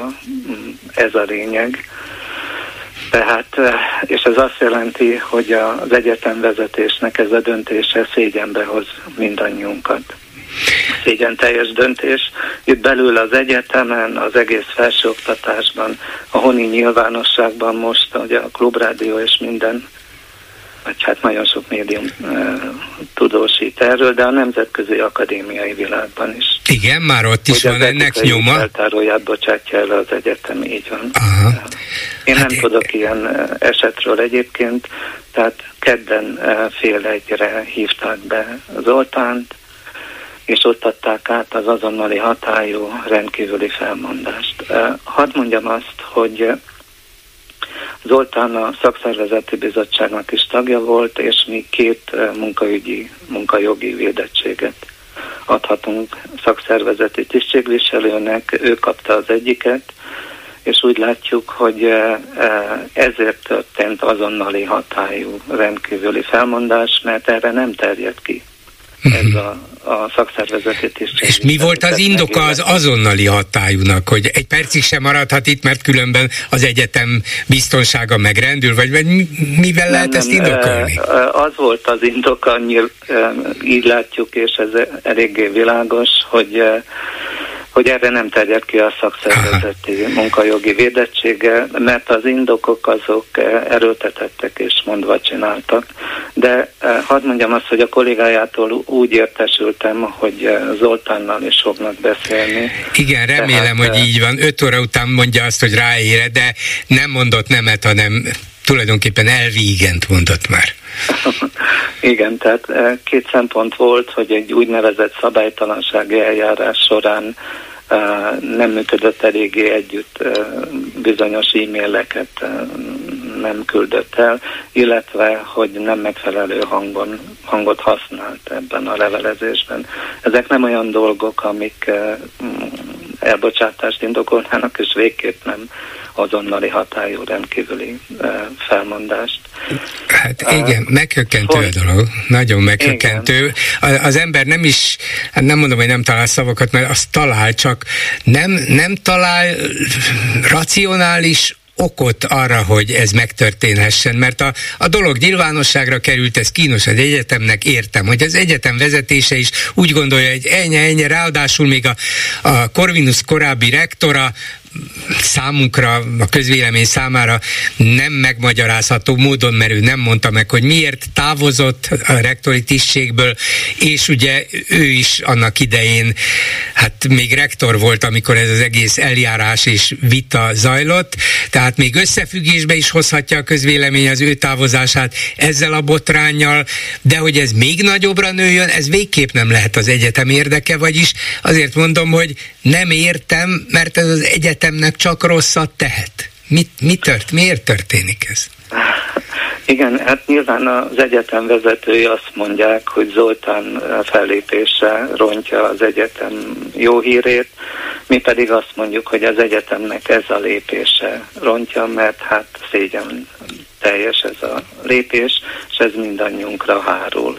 ez a lényeg. Tehát, és ez azt jelenti, hogy az egyetem vezetésnek ez a döntése szégyenbe hoz mindannyiunkat. Szégyen teljes döntés. Itt belül az egyetemen, az egész felsőoktatásban, a honi nyilvánosságban most, ugye a Klubrádió és minden, vagy hát nagyon sok médium tudósít erről, de a nemzetközi akadémiai világban is. Igen, már ott is van ennek nyoma. Hogy feltáróját bocsátja el az egyetem, így van. Aha. Én nem tudok ilyen esetről egyébként, tehát kedden fél egyre hívták be Zoltánt, és ott adták át az azonnali hatályú rendkívüli felmondást. Hadd mondjam azt, hogy Zoltán a szakszervezeti bizottságnak is tagja volt, és mi 2 munkajogi védettséget adhatunk szakszervezeti tisztségviselőnek, ő kapta az egyiket, és úgy látjuk, hogy ezért történt azonnali hatályú rendkívüli felmondás, mert erre nem terjed ki ez a szakszervezeti tisztségviselő. És mi volt az indoka az azonnali hatályúnak, hogy egy percig sem maradhat itt, mert különben az egyetem biztonsága megrendül, vagy mivel lehet ezt indokolni? Az volt az indoka, így látjuk, és ez eléggé világos, hogy erre nem terjed ki a szakszervezeti munkajogi védettsége, mert az indokok azok erőltetettek és mondva csináltak. De hadd mondjam azt, hogy a kollégájától úgy értesültem, hogy Zoltánnal is fognak beszélni. Igen, remélem, hogy így van. 5 óra után mondja azt, hogy ráére, de nem mondott nemet, hanem tulajdonképpen elvi igent mondott már. Igen, tehát 2 szempont volt, hogy egy úgynevezett szabálytalansági eljárás során nem működött eléggé együtt, bizonyos e-maileket nem küldött el, illetve hogy nem megfelelő hangot használt ebben a levelezésben. Ezek nem olyan dolgok, amik elbocsátást indokolnának, és végképp nem azonnali hatályú rendkívüli felmondást. Hát igen, meghökkentő a dolog, nagyon meghökkentő. Az ember nem is, hát nem mondom, hogy nem talál szavakat, mert azt talál, csak nem talál racionális okot arra, hogy ez megtörténhessen, mert a dolog nyilvánosságra került, ez kínos az egyetemnek, értem, hogy az egyetem vezetése is úgy gondolja, hogy ennyi, ráadásul még a Corvinus korábbi rektora számunkra, a közvélemény számára nem megmagyarázható módon, mert ő nem mondta meg, hogy miért távozott a rektori tisztségből, és ugye ő is annak idején, hát még rektor volt, amikor ez az egész eljárás és vita zajlott, tehát még összefüggésbe is hozhatja a közvélemény az ő távozását ezzel a botránnyal, de hogy ez még nagyobbra nőjön, ez végképp nem lehet az egyetem érdeke, vagyis azért mondom, hogy nem értem, mert ez az egyetemnek csak rosszat tehet. Miért történik ez? Igen, hát nyilván az egyetem vezetői azt mondják, hogy Zoltán fellépése rontja az egyetem jó hírét, mi pedig azt mondjuk, hogy az egyetemnek ez a lépése rontja, mert hát szégyen teljes ez a lépés, és ez mindannyiunkra hárul.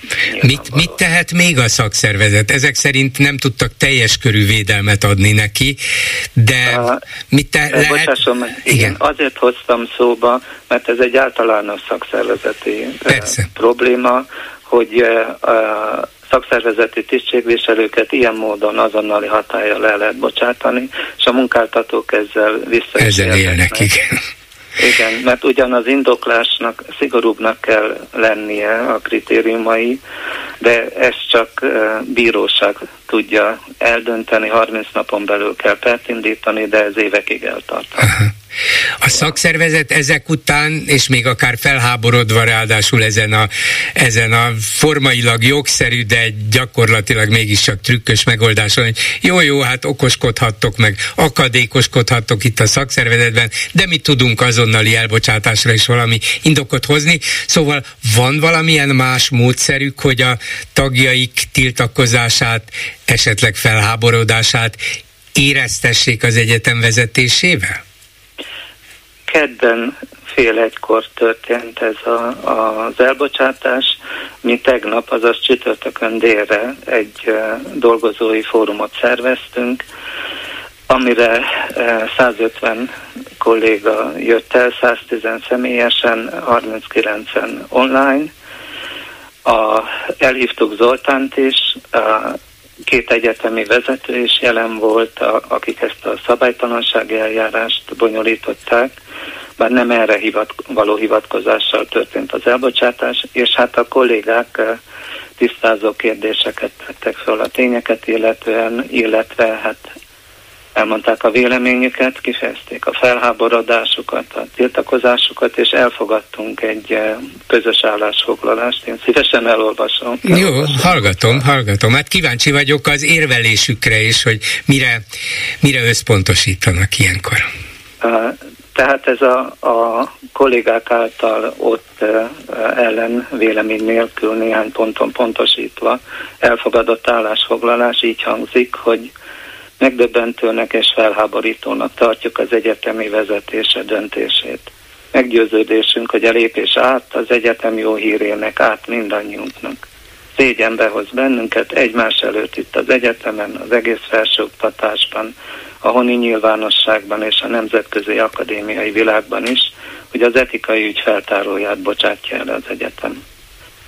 Mit tehet még a szakszervezet? Ezek szerint nem tudtak teljes körű védelmet adni neki, de mit lehet? Bocsásson meg, igen, azért hoztam szóba, mert ez egy általános szakszervezeti probléma, hogy szakszervezeti tisztségviselőket ilyen módon azonnali hatállyal le lehet bocsátani, és a munkáltatók ezzel élnek, igen. Igen, mert ugyan az indoklásnak szigorúbbnak kell lennie a kritériumai, de ezt csak bíróság tudja eldönteni, 30 napon belül kell pert indítani, de ez évekig eltart. A szakszervezet ezek után, és még akár felháborodva ráadásul ezen a formailag jogszerű, de gyakorlatilag mégiscsak trükkös megoldáson, hogy jó, hát okoskodhattok meg, akadékoskodhattok itt a szakszervezetben, de mi tudunk azonnali elbocsátásra is valami indokot hozni. Szóval van valamilyen más módszerük, hogy a tagjaik tiltakozását, esetleg felháborodását éreztessék az egyetem vezetésével? Kedden fél 1-kor történt ez az elbocsátás. Mi tegnap, azaz csütörtökön délre egy dolgozói fórumot szerveztünk, amire 150 kolléga jött el, 110 személyesen, 39-en online. Elhívtuk Zoltánt is, 2 egyetemi vezető is jelen volt, akik ezt a szabálytalansági eljárást bonyolították, bár nem erre való hivatkozással történt az elbocsátás, és hát a kollégák tisztázó kérdéseket tettek fel a tényeket illetve hát elmondták a véleményüket, kifejezték a felháborodásukat, a tiltakozásukat, és elfogadtunk egy közös állásfoglalást. Én szívesen elolvasom. Jó, hallgatom. Hát kíváncsi vagyok az érvelésükre is, hogy mire összpontosítanak ilyenkor. Tehát ez a kollégák által ott ellen vélemény nélkül néhány ponton pontosítva elfogadott állásfoglalás így hangzik, hogy megdöbbentőnek és felháborítónak tartjuk az egyetemi vezetése döntését. Meggyőződésünk, hogy a lépés az egyetem jó hírének, mindannyiunknak. Szégyenbe hoz bennünket egymás előtt itt az egyetemen, az egész felsőoktatásban, a honi nyilvánosságban és a nemzetközi akadémiai világban is, hogy az etikai ügy feltáróját bocsátja el az egyetem.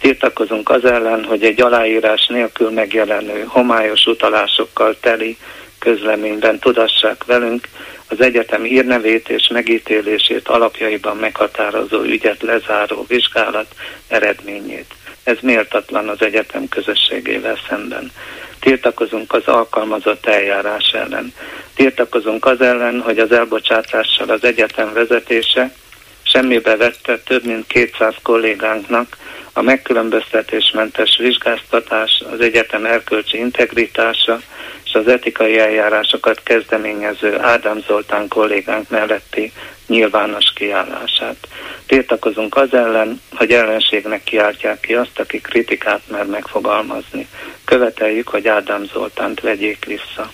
Tiltakozunk az ellen, hogy egy aláírás nélkül megjelenő, homályos utalásokkal teli, közleményben tudassák velünk az egyetem hírnevét és megítélését alapjaiban meghatározó ügyet lezáró vizsgálat eredményét. Ez méltatlan az egyetem közösségével szemben. Tiltakozunk az alkalmazott eljárás ellen. Tiltakozunk az ellen, hogy az elbocsátással az egyetem vezetése semmibe vette több mint 200 kollégánknak a megkülönböztetésmentes vizsgáztatás, az egyetem erkölcsi integritása és az etikai eljárásokat kezdeményező Ádám Zoltán kollégánk melletti nyilvános kiállását. Tiltakozunk az ellen, hogy ellenségnek kiáltják ki azt, aki kritikát mer megfogalmazni. Követeljük, hogy Ádám Zoltánt vegyék vissza.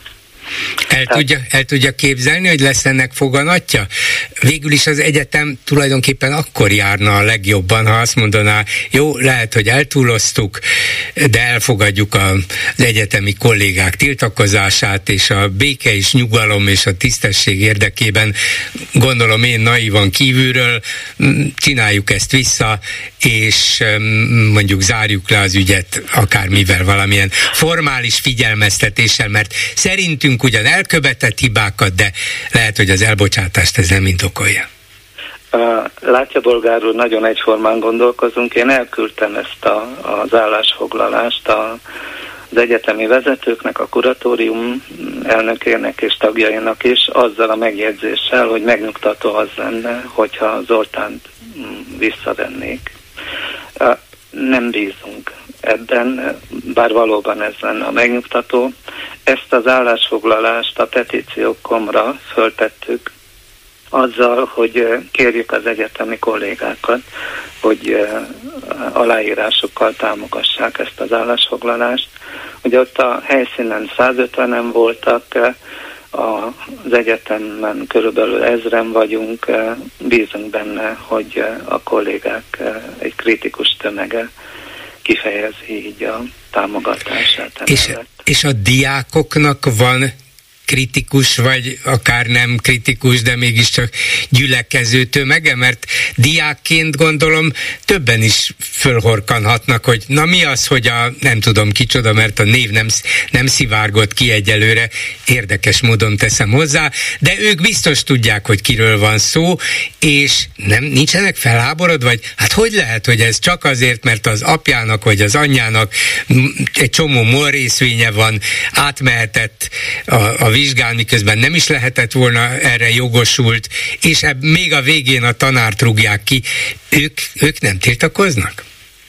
El tudja képzelni, hogy lesz ennek foganatja? Végül is az egyetem tulajdonképpen akkor járna a legjobban, ha azt mondaná, jó, lehet, hogy eltúloztuk, de elfogadjuk az egyetemi kollégák tiltakozását, és a béke és nyugalom és a tisztesség érdekében, gondolom én naívan kívülről, csináljuk ezt vissza, és mondjuk zárjuk le az ügyet akármivel, valamilyen formális figyelmeztetéssel, mert szerintünk ugyan elkövetett hibákat, de lehet, hogy az elbocsátást ez nem indokolja. Látja, Bolgár úr, nagyon egyformán gondolkozunk. Én elküldtem ezt az állásfoglalást az egyetemi vezetőknek, a kuratórium elnökének és tagjainak is, azzal a megjegyzéssel, hogy megnyugtató az lenne, hogyha Zoltánt visszavennék. Nem bízunk ebben, bár valóban ez lenne a megnyugtató. Ezt az állásfoglalást a petíciókomra föltettük azzal, hogy kérjük az egyetemi kollégákat, hogy aláírásokkal támogassák ezt az állásfoglalást. Ugye ott a helyszínen 150-en voltak, az egyetemen körülbelül 1000-en vagyunk, bízunk benne, hogy a kollégák egy kritikus tömege kifejezi így a támogatását. És a diákoknak van kritikus, vagy akár nem kritikus, de mégiscsak gyülekező tömege, mert diákként gondolom többen is fölhorkanhatnak, hogy na mi az, hogy nem tudom kicsoda, mert a név nem szivárgott ki egyelőre, érdekes módon teszem hozzá, de ők biztos tudják, hogy kiről van szó, és nincsenek felháborodva, vagy hát hogy lehet, hogy ez csak azért, mert az apjának, vagy az anyjának egy csomó MOL részvénye van, átmehetett a vizsgán, miközben nem is lehetett volna erre jogosult, és még a végén a tanárt rúgják ki. Ők nem tiltakoznak?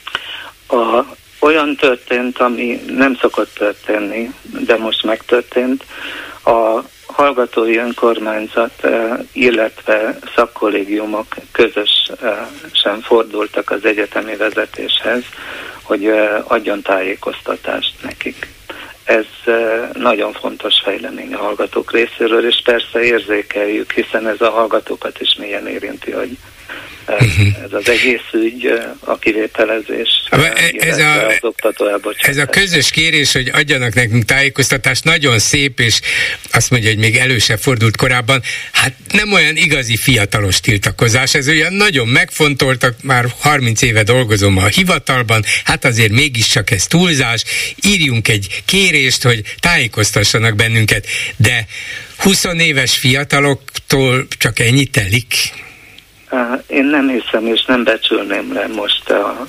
Olyan történt, ami nem szokott történni, de most megtörtént. A hallgatói önkormányzat, illetve szakkollégiumok közösen fordultak az egyetemi vezetéshez, hogy adjon tájékoztatást nekik. Ez nagyon fontos fejlemény a hallgatók részéről, és persze érzékeljük, hiszen ez a hallgatókat is mélyen érinti, hogy ez az egész ügy, a kivételezés, az oktató elbocsátás. Ez a közös kérés, hogy adjanak nekünk tájékoztatást, nagyon szép, és azt mondja, hogy még elő se fordult korábban. Hát nem olyan igazi fiatalos tiltakozás, ez olyan nagyon megfontoltak, már 30 éve dolgozom a hivatalban, hát azért mégiscsak ez túlzás, írjunk egy kérést, hogy tájékoztassanak bennünket, de 20 éves fiataloktól csak ennyit telik? Én nem hiszem, és nem becsülném le most a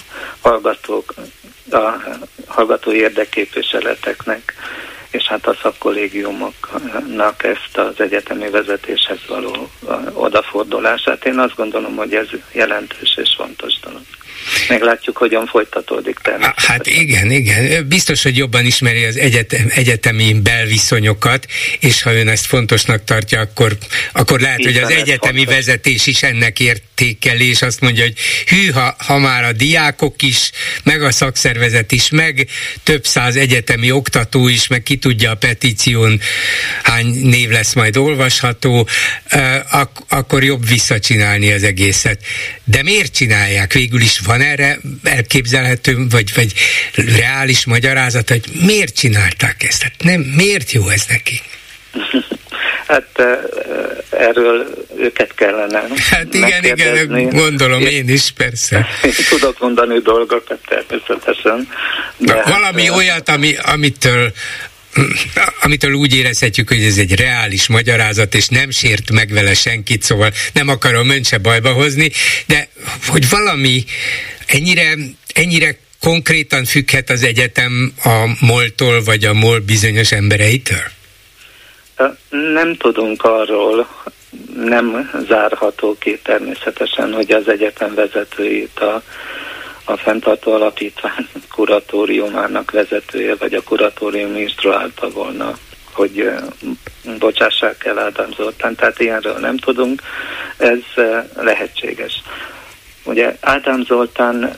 hallgató érdekképviseleteknek, és hát a szakkollégiumoknak ezt az egyetemi vezetéshez való odafordulását. Én azt gondolom, hogy ez jelentős és fontos dolog. Meglátjuk, hogyan folytatódik természetesen. Hát igen. Biztos, hogy jobban ismeri az egyetemi belviszonyokat, és ha ön ezt fontosnak tartja, akkor lehet, hogy az egyetemi vezetés is ennek értékeli, és azt mondja, hogy ha már a diákok is, meg a szakszervezet is, meg több száz egyetemi oktató is, meg ki tudja a petíción hány név lesz majd olvasható, akkor jobb visszacsinálni az egészet. De miért csinálják? Végül is van erre elképzelhető, vagy reális magyarázat, hogy miért csinálták ezt? Hát nem, miért jó ez neki? Hát erről őket kellene igen, gondolom én is, persze. Én tudok mondani dolgokat természetesen. De valami olyat, amitől amitől úgy érezhetjük, hogy ez egy reális magyarázat, és nem sért meg vele senkit, szóval nem akarom önt se bajba hozni, de hogy valami ennyire konkrétan függhet az egyetem a MOL-tól, vagy a MOL bizonyos embereitől? Nem tudunk arról, nem zárható ki természetesen, hogy az egyetem vezetőit a fenntartó alapítvány kuratóriumának vezetője, vagy a kuratórium instruálta volna, hogy bocsássák el Ádám Zoltán, tehát ilyenről nem tudunk, ez lehetséges. Ugye Ádám Zoltán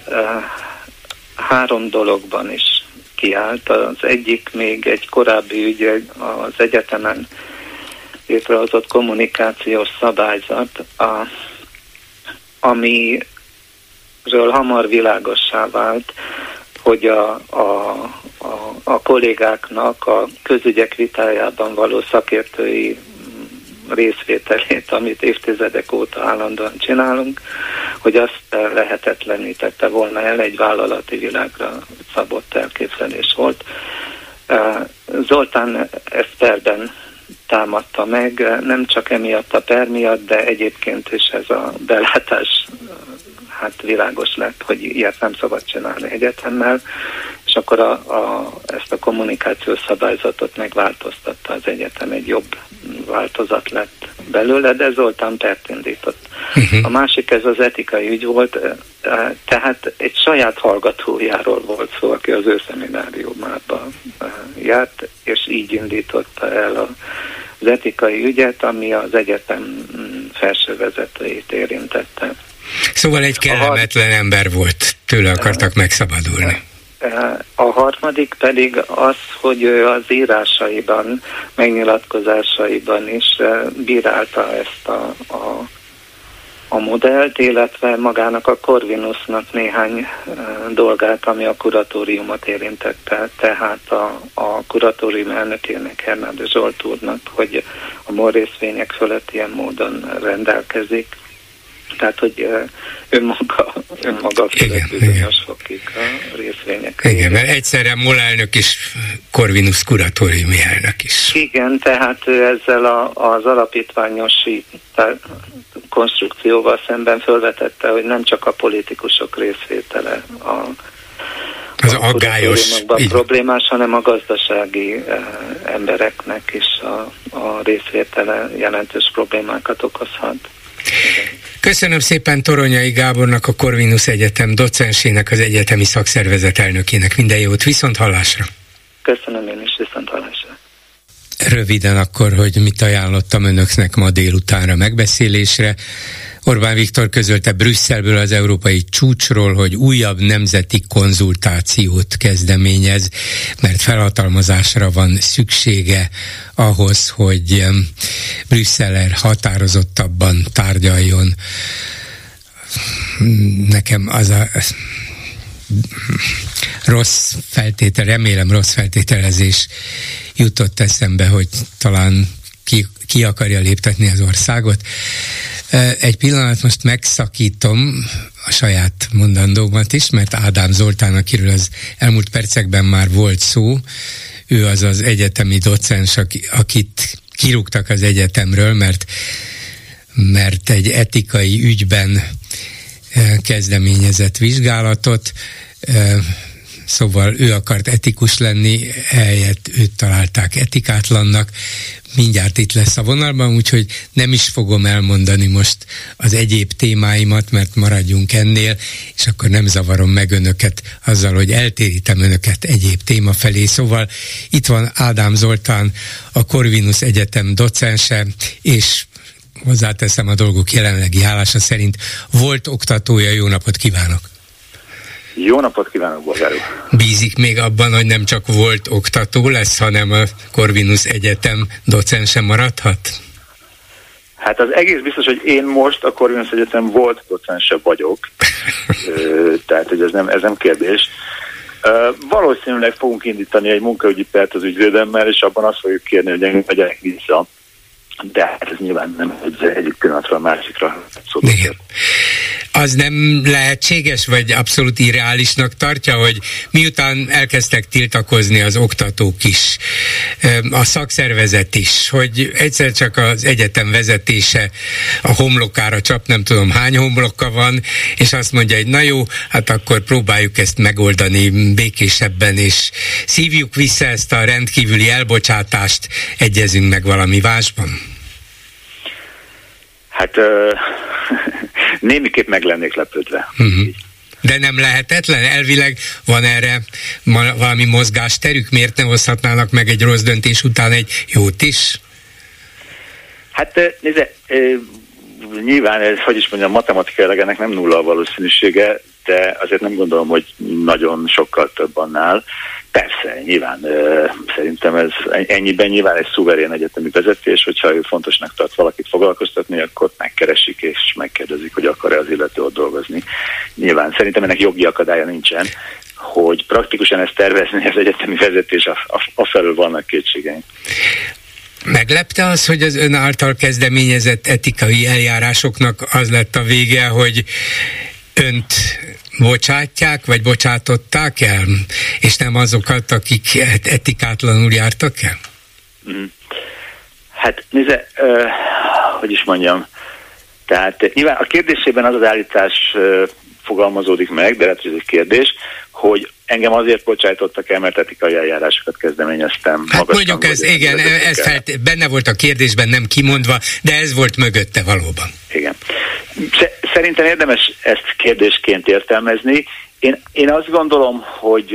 3 dologban is kiállt, az egyik még egy korábbi ügy, az egyetemen létrehozott kommunikációs szabályzat, amiről hamar világossá vált, hogy a kollégáknak a közügyek vitájában való szakértői részvételét, amit évtizedek óta állandóan csinálunk, hogy azt lehetetlenítette volna el, egy vállalati világra szabott elképzelés volt. Zoltán ezt perben támadta meg, nem csak emiatt a per miatt, de egyébként is ez a belátás világos lett, hogy ilyet nem szabad csinálni egyetemmel, és akkor ezt a kommunikációs szabályzatot megváltoztatta az egyetem, egy jobb változat lett belőle, de Zoltán pert indított. A másik, ez az etikai ügy volt, tehát egy saját hallgatójáról volt szó, aki az ő szemináriumában járt, és így indította el az etikai ügyet, ami az egyetem felső vezetőit érintette. Szóval egy kellemetlen ember volt, tőle akartak megszabadulni. A harmadik pedig az, hogy ő az írásaiban, megnyilatkozásaiban is bírálta ezt a modellt, illetve magának a Corvinusnak néhány dolgát, ami a kuratóriumot érintette, tehát a kuratórium elnökének, Hernádi Zsolt úrnak, hogy a MOL részvények fölött ilyen módon rendelkezik. Tehát, hogy önmaga fölött bizonyos fokig a részvények. Igen, mert egyszerre MOL elnök és Corvinus kuratóriumi elnök is. Igen, tehát ő ezzel az alapítványos konstrukcióval szemben felvetette, hogy nem csak a politikusok részvétele az aggályos problémás, hanem a gazdasági embereknek is a részvétele jelentős problémákat okozhat. Köszönöm szépen Toronyai Gábornak, a Corvinus Egyetem docensének, az egyetemi szakszervezet elnökének. Minden jót, viszont hallásra! Köszönöm én is, viszont hallásra! Röviden akkor, hogy mit ajánlottam önöknek ma délutánra megbeszélésre. Orbán Viktor közölte Brüsszelből az európai csúcsról, hogy újabb nemzeti konzultációt kezdeményez, mert felhatalmazásra van szüksége ahhoz, hogy Brüsszel határozottabban tárgyaljon. Nekem az a remélem rossz feltételezés jutott eszembe, hogy talán ki akarja léptetni az országot. Egy pillanat, most megszakítom a saját mondandómat is, mert Ádám Zoltán, akiről az elmúlt percekben már volt szó, ő az az egyetemi docens, akit kirúgtak az egyetemről, mert egy etikai ügyben kezdeményezett vizsgálatot, szóval ő akart etikus lenni, helyett őt találták etikátlannak. Mindjárt itt lesz a vonalban, úgyhogy nem is fogom elmondani most az egyéb témáimat, mert maradjunk ennél, és akkor nem zavarom meg önöket azzal, hogy eltérítem önöket egyéb téma felé. Szóval itt van Ádám Zoltán, a Corvinus Egyetem docense, és hozzáteszem, a dolgok jelenlegi állása szerint volt oktatója. Jó napot kívánok! Jó napot kívánok, Bolgár úr! Bízik még abban, hogy nem csak volt oktató lesz, hanem a Corvinus Egyetem docense maradhat? Hát az egész biztos, hogy én most a Corvinus Egyetem volt docense vagyok, tehát hogy ez nem kérdés. Valószínűleg fogunk indítani egy munkaügyi pert az ügyvédemmel, és abban azt fogjuk kérni, hogy engem vegyenek vissza. De hát ez nyilván nem egyik pillanatra a másikra szokott. az nem lehetséges, vagy abszolút irreálisnak tartja, hogy miután elkezdtek tiltakozni az oktatók is, a szakszervezet is, hogy egyszer csak az egyetem vezetése a homlokára csap, nem tudom hány homloka van, és azt mondja, hogy na jó, hát akkor próbáljuk ezt megoldani békésebben, és szívjuk vissza ezt a rendkívüli elbocsátást, egyezünk meg valami másban? Hát némiképp meg lennék lepődve. De nem lehetetlen? Elvileg van erre valami mozgásterük? Miért ne hozhatnának meg egy rossz döntés után egy jót is? Hát nézze, nyilván ez, hogy is mondjam, matematikailag ennek nem nulla a valószínűsége, de azért nem gondolom, hogy nagyon sokkal több annál. Persze, nyilván szerintem ez ennyiben nyilván egy szuverén egyetemi vezetés, hogyha ő fontosnak tart valakit foglalkoztatni, akkor megkeresik és megkérdezik, hogy akar-e az illető ott dolgozni. Nyilván szerintem ennek jogi akadálya nincsen, hogy praktikusan ezt tervezni az egyetemi vezetés, afelől vannak kétségeink. Meglepte az, hogy az ön által kezdeményezett etikai eljárásoknak az lett a vége, hogy önt bocsátják, vagy bocsátották el, és nem azokat, akik etikátlanul jártak el? Hát nézze, hogy is mondjam, tehát nyilván a kérdésében az állítás fogalmazódik meg, de lehet, hogy ez egy kérdés, hogy engem azért bocsájtottak el, mert etikai eljárásokat kezdeményeztem. Hát mondjuk ez, igen, ez benne volt a kérdésben, nem kimondva, de ez volt mögötte valóban. Igen. Szerintem érdemes ezt kérdésként értelmezni. Én azt gondolom, hogy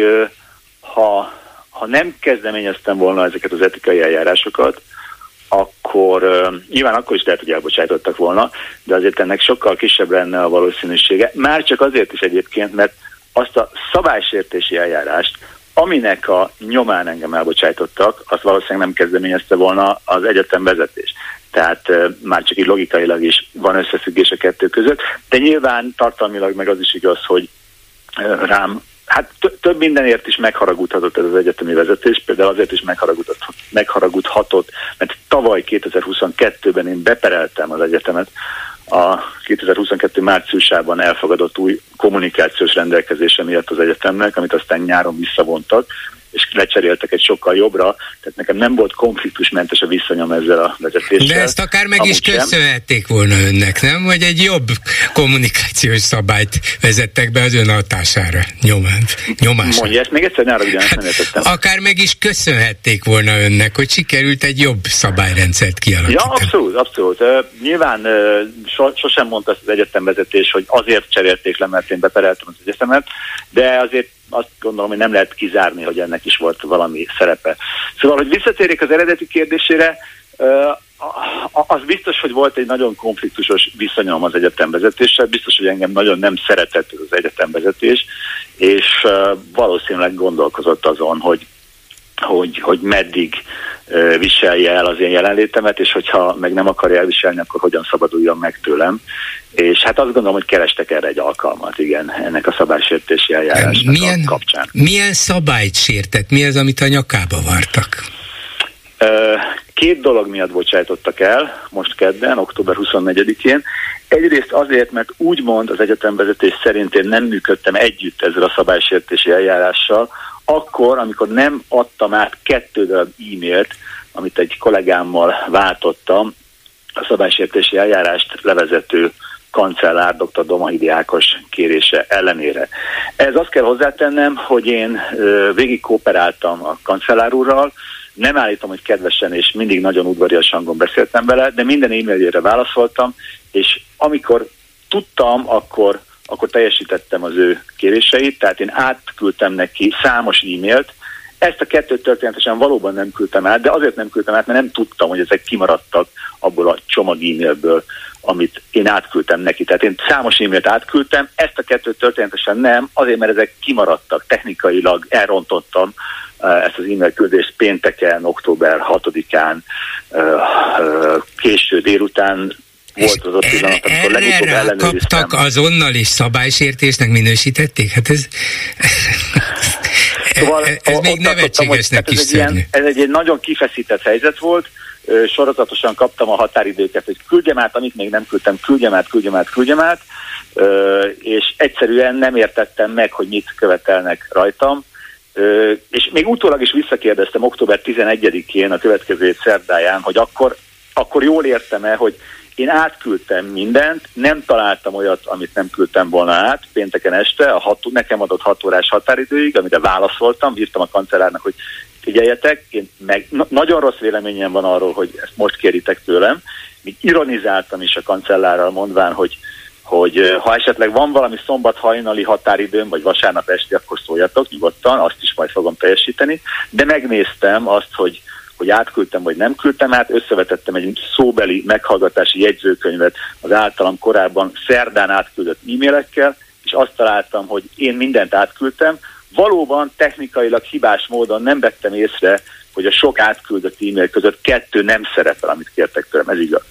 ha nem kezdeményeztem volna ezeket az etikai eljárásokat, akkor nyilván akkor is lehet, hogy elbocsájtottak volna, de azért ennek sokkal kisebb lenne a valószínűsége. Már csak azért is egyébként, mert azt a szabálysértési eljárást, aminek a nyomán engem elbocsájtottak, azt valószínűleg nem kezdeményezte volna az egyetem vezetés. Tehát már csak így logikailag is van összefüggés a kettő között, de nyilván tartalmilag meg az is igaz, hogy rám hát több mindenért is megharagudhatott ez az egyetemi vezetés, például azért is megharagudhatott, mert tavaly 2022-ben én bepereltem az egyetemet a 2022 márciusában elfogadott új kommunikációs rendelkezése miatt az egyetemnek, amit aztán nyáron visszavontak, és lecseréltek egy sokkal jobbra, tehát nekem nem volt konfliktusmentes a viszonyom ezzel a vezetéssel. De ezt akár meg is köszönhették volna önnek, nem? Vagy egy jobb kommunikációs szabályt vezettek be az ön hatására, nyomására. Mondja ezt még egyszer, ne ugyanezt nem értettem. Akár meg is köszönhették volna önnek, hogy sikerült egy jobb szabályrendszert kialakítani. Ja, abszolút. Nyilván sosem mondta az egyetemvezetés, hogy azért cserélték le, mert én bepereltem az egyetemet, de azért azt gondolom, hogy nem lehet kizárni, hogy ennek is volt valami szerepe. Szóval, hogy visszatérjék az eredeti kérdésére, az biztos, hogy volt egy nagyon konfliktusos viszonyom az egyetemvezetéssel, biztos, hogy engem nagyon nem szeretett az egyetemvezetés, és valószínűleg gondolkozott azon, hogy meddig viselje el az én jelenlétemet, és hogyha meg nem akarja elviselni, akkor hogyan szabaduljon meg tőlem. És hát azt gondolom, hogy kerestek erre egy alkalmat, igen, ennek a szabálysértési eljárásnak a kapcsán. Milyen szabályt sértett? Mi az, amit a nyakába vartak? Két dolog miatt bocsájtottak el, most kedden, október 24-én. Egyrészt azért, mert úgymond az egyetemvezetés szerint én nem működtem együtt ezzel a szabálysértési eljárással, akkor, amikor nem adtam át 2 darab e-mailt, amit egy kollégámmal váltottam, a szabálysértési eljárást levezető kancellár dr. Domahidi Ákos kérése ellenére. Ez azt kell hozzátennem, hogy én végig kooperáltam a kancellár úrral, nem állítom, hogy kedvesen és mindig nagyon udvarias hangon beszéltem vele, de minden e-mailjére válaszoltam, és amikor tudtam, akkor teljesítettem az ő kéréseit, tehát én átküldtem neki számos e-mailt. Ezt a 2 történetesen valóban nem küldtem át, de azért nem küldtem át, mert nem tudtam, hogy ezek kimaradtak abból a csomag e-mailből, amit én átküldtem neki. Tehát én számos e-mailt átküldtem, ezt a 2 történetesen nem, azért, mert ezek kimaradtak, technikailag elrontottam ezt az e-mail küldést pénteken, október 6-án, késő délután volt az ott pillanat, amikor legutóbb ellenőriztem. Kaptak azonnal is szabálysértésnek minősítették? Hát Szóval ez még nevetségesnek is szörnyű. Ez egy nagyon kifeszített helyzet volt, sorozatosan kaptam a határidőket, hogy küldjem át, amit még nem küldtem, küldjem át, és egyszerűen nem értettem meg, hogy mit követelnek rajtam, és még utólag is visszakérdeztem október 11-én a következő szerdáján, hogy akkor jól értem-e, hogy én átküldtem mindent, nem találtam olyat, amit nem küldtem volna át pénteken este, nekem adott 6 órás határidőig, amire válaszoltam, írtam a kancellárnak, hogy figyeljetek, én nagyon rossz véleményem van arról, hogy ezt most kéritek tőlem, még ironizáltam is a kancellárral mondván, hogy ha esetleg van valami szombat hajnali határidőm, vagy vasárnap esti, akkor szóljatok nyugodtan, azt is majd fogom teljesíteni, de megnéztem azt, hogy átküldtem, vagy nem küldtem át, összevetettem egy szóbeli meghallgatási jegyzőkönyvet az általam korábban szerdán átküldött e-mailekkel, és azt találtam, hogy én mindent átküldtem. Valóban technikailag hibás módon nem vettem észre, hogy a sok átküldött e-mail között 2 nem szerepel, amit kértek tőlem, ez igaz.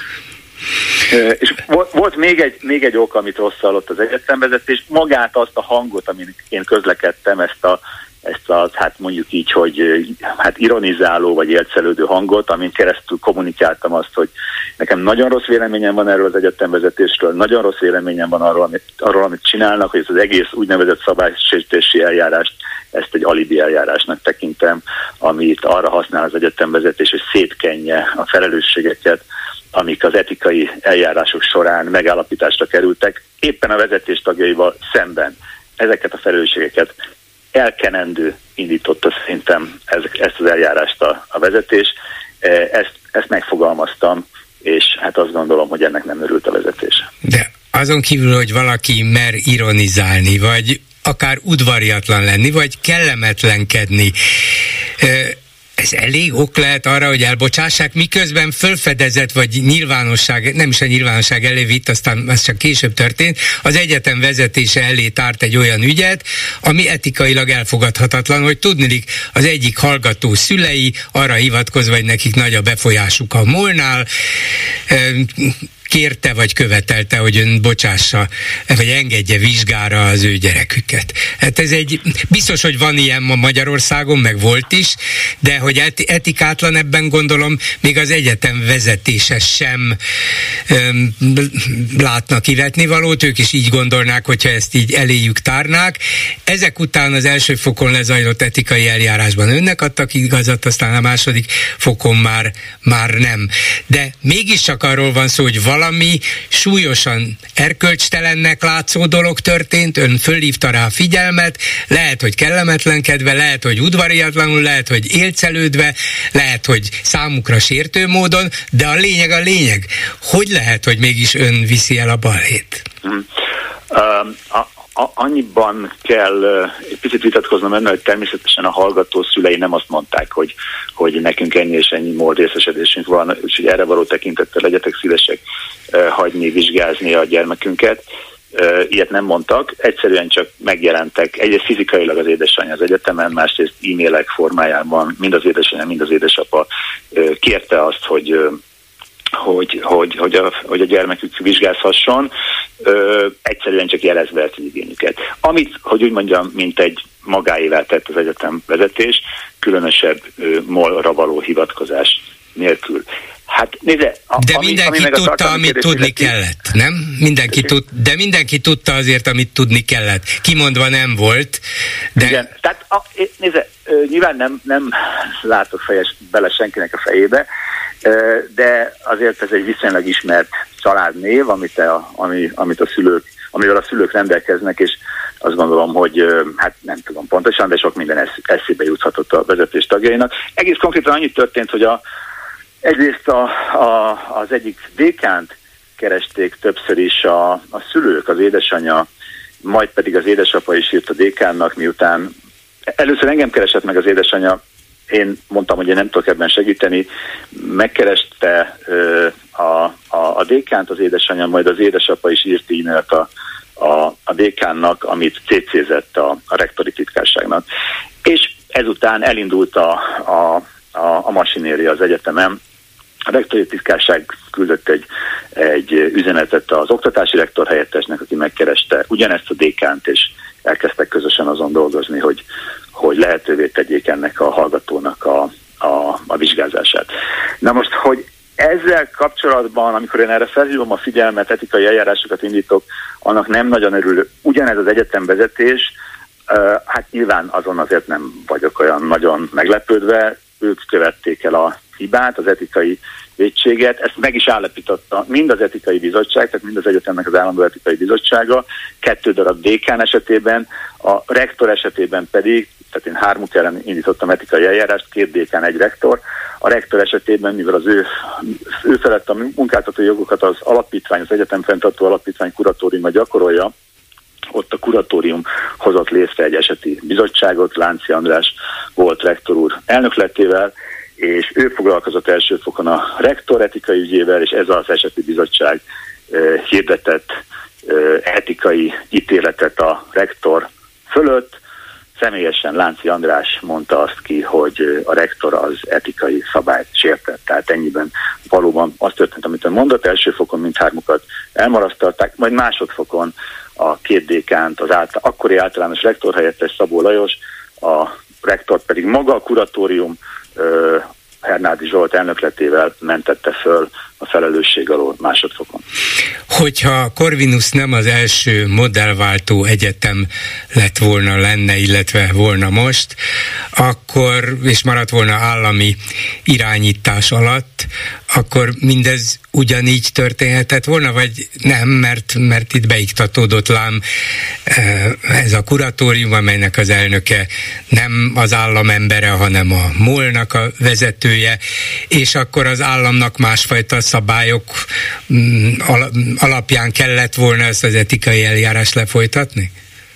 És volt még egy ok, amit rossz hallott az egyetemvezetés, magát azt a hangot, amin én közlekedtem, ezt a hát mondjuk így, hogy hát ironizáló vagy élcelődő hangot, amin keresztül kommunikáltam azt, hogy nekem nagyon rossz véleményem van erről az egyetemvezetésről, nagyon rossz véleményem van arról, amit csinálnak, hogy ez az egész úgynevezett szabálysértési eljárást, ezt egy alibi eljárásnak tekintem, amit arra használ az egyetemvezetés, hogy szétkenje a felelősségeket, amik az etikai eljárások során megállapításra kerültek, éppen a vezetés tagjaival szemben. Ezeket a felelősségeket elkenendő indította szerintem ezt az eljárást a vezetés. Ezt megfogalmaztam, és hát azt gondolom, hogy ennek nem örült a vezetés. De azon kívül, hogy valaki mer ironizálni, vagy akár udvariatlan lenni, vagy kellemetlenkedni, ez elég ok lehet arra, hogy elbocsássák, miközben fölfedezett, vagy nyilvánosság, nem is a nyilvánosság elé vitt, aztán ez csak később történt, az egyetem vezetése elé tárt egy olyan ügyet, ami etikailag elfogadhatatlan, hogy tudniillik az egyik hallgató szülei arra hivatkozva, hogy nekik nagy a befolyásuk a MOL-nál, kérte vagy követelte, hogy ön bocsássa, vagy engedje vizsgára az ő gyereküket. Hát ez biztos, hogy van ilyen ma Magyarországon, meg volt is, de hogy etikátlan ebben gondolom, még az egyetem vezetése sem látnak kivetnivalót, ők is így gondolnák, hogyha ezt így eléjük tárnák. Ezek után az első fokon lezajlott etikai eljárásban önnek adtak igazat, aztán a második fokon már nem. De mégiscsak arról van szó, hogy valami súlyosan erkölcstelennek látszó dolog történt, ön fölhívta rá a figyelmet, lehet, hogy kellemetlenkedve, lehet, hogy udvariatlanul, lehet, hogy élcelődve, lehet, hogy számukra sértő módon, de a lényeg. Hogy lehet, hogy mégis ön viszi el a balhét? Annyiban kell egy picit vitatkoznom önnel, hogy természetesen a hallgató szülei nem azt mondták, hogy nekünk ennyi és ennyi MOL részesedésünk van, úgyhogy erre való tekintettel legyetek szívesek hagyni, vizsgázni a gyermekünket. Ilyet nem mondtak, egyszerűen csak megjelentek egyrészt fizikailag az édesanyja az egyetemen, másrészt e-mailek formájában mind az édesanyja, mind az édesapa kérte azt, hogy a gyermekük vizsgázhasson, egyszerűen csak jelezve az igényüket. Amit, hogy úgy mondjam, mint egy magáévá tett az egyetem vezetés, különösebb MOL-ra való hivatkozás nélkül. Hát nézze, de mindenki tudta, amit tudni kellett, nem? Mindenki tudta azért, amit tudni kellett. Kimondva nem volt. De... Igen, tehát nézze, nyilván nem látok bele senkinek a fejébe, de azért ez egy viszonylag ismert családnév, amivel a szülők rendelkeznek, és azt gondolom, hogy hát nem tudom pontosan, de sok minden eszébe juthatott a vezetés tagjainak. Egész konkrétan annyit történt, hogy egyrészt az egyik dékánt keresték többször is a szülők, az édesanyja, majd pedig az édesapa is írt a dékánnak, miután először engem keresett meg az édesanyja, én mondtam, hogy én nem tudok ebben segíteni, megkereste a dékánt az édesanyja, majd az édesapa is írt e-mailt a dékánnak, amit CC-zett a rektori titkárságnak. És ezután elindult a masinéria az egyetemen. A rektori titkárság küldött egy üzenetet az oktatási rektor helyettesnek, aki megkereste ugyanezt a dékánt, és elkezdtek közösen azon dolgozni, hogy lehetővé tegyék ennek a hallgatónak a vizsgázását. Na most, hogy ezzel kapcsolatban, amikor én erre felhívom a figyelmet, etikai eljárásokat indítok, annak nem nagyon örül. Ugyanez az egyetemvezetés, hát nyilván azon azért nem vagyok olyan nagyon meglepődve, ők követték el a hibát, az etikai vétséget, ezt meg is állapította mind az etikai bizottság, tehát mind az egyetemnek az állandó etikai bizottsága, 2 darab dékán esetében, a rektor esetében pedig, tehát én 3 ellen indítottam etikai eljárást, 2 dékán, 1 rektor. A rektor esetében, mivel az ő felett a munkáltatói jogokat az alapítvány, az egyetem fenntartó alapítvány kuratóriuma gyakorolja, ott a kuratórium hozott létre egy eseti bizottságot, Lánci András volt rektor úr elnökletével, és ő foglalkozott első fokon a rektor etikai ügyével, és ez az eseti bizottság hirdetett etikai ítéletet a rektor fölött. Személyesen Lánci András mondta azt ki, hogy a rektor az etikai szabályt sértett. Tehát ennyiben valóban az történt, amit ön mondott, első fokon mindhármukat elmarasztalták, majd másodfokon a 2 dékánt, az akkori általános rektor helyettes Szabó Lajos, a rektor pedig maga a kuratórium Hernádi Zsolt elnökletével mentette föl a felelősség alól másodfokon. Hogyha Corvinus nem az első modellváltó egyetem lenne, illetve volna most, akkor, és maradt volna állami irányítás alatt, akkor mindez ugyanígy történhetett volna, vagy nem, mert itt beiktatódott lám ez a kuratórium, amelynek az elnöke nem az állam embere, hanem a MOL-nak a vezetője, és akkor az államnak másfajta szabályok alapján kellett volna ezt az etikai eljárást lefolytatni?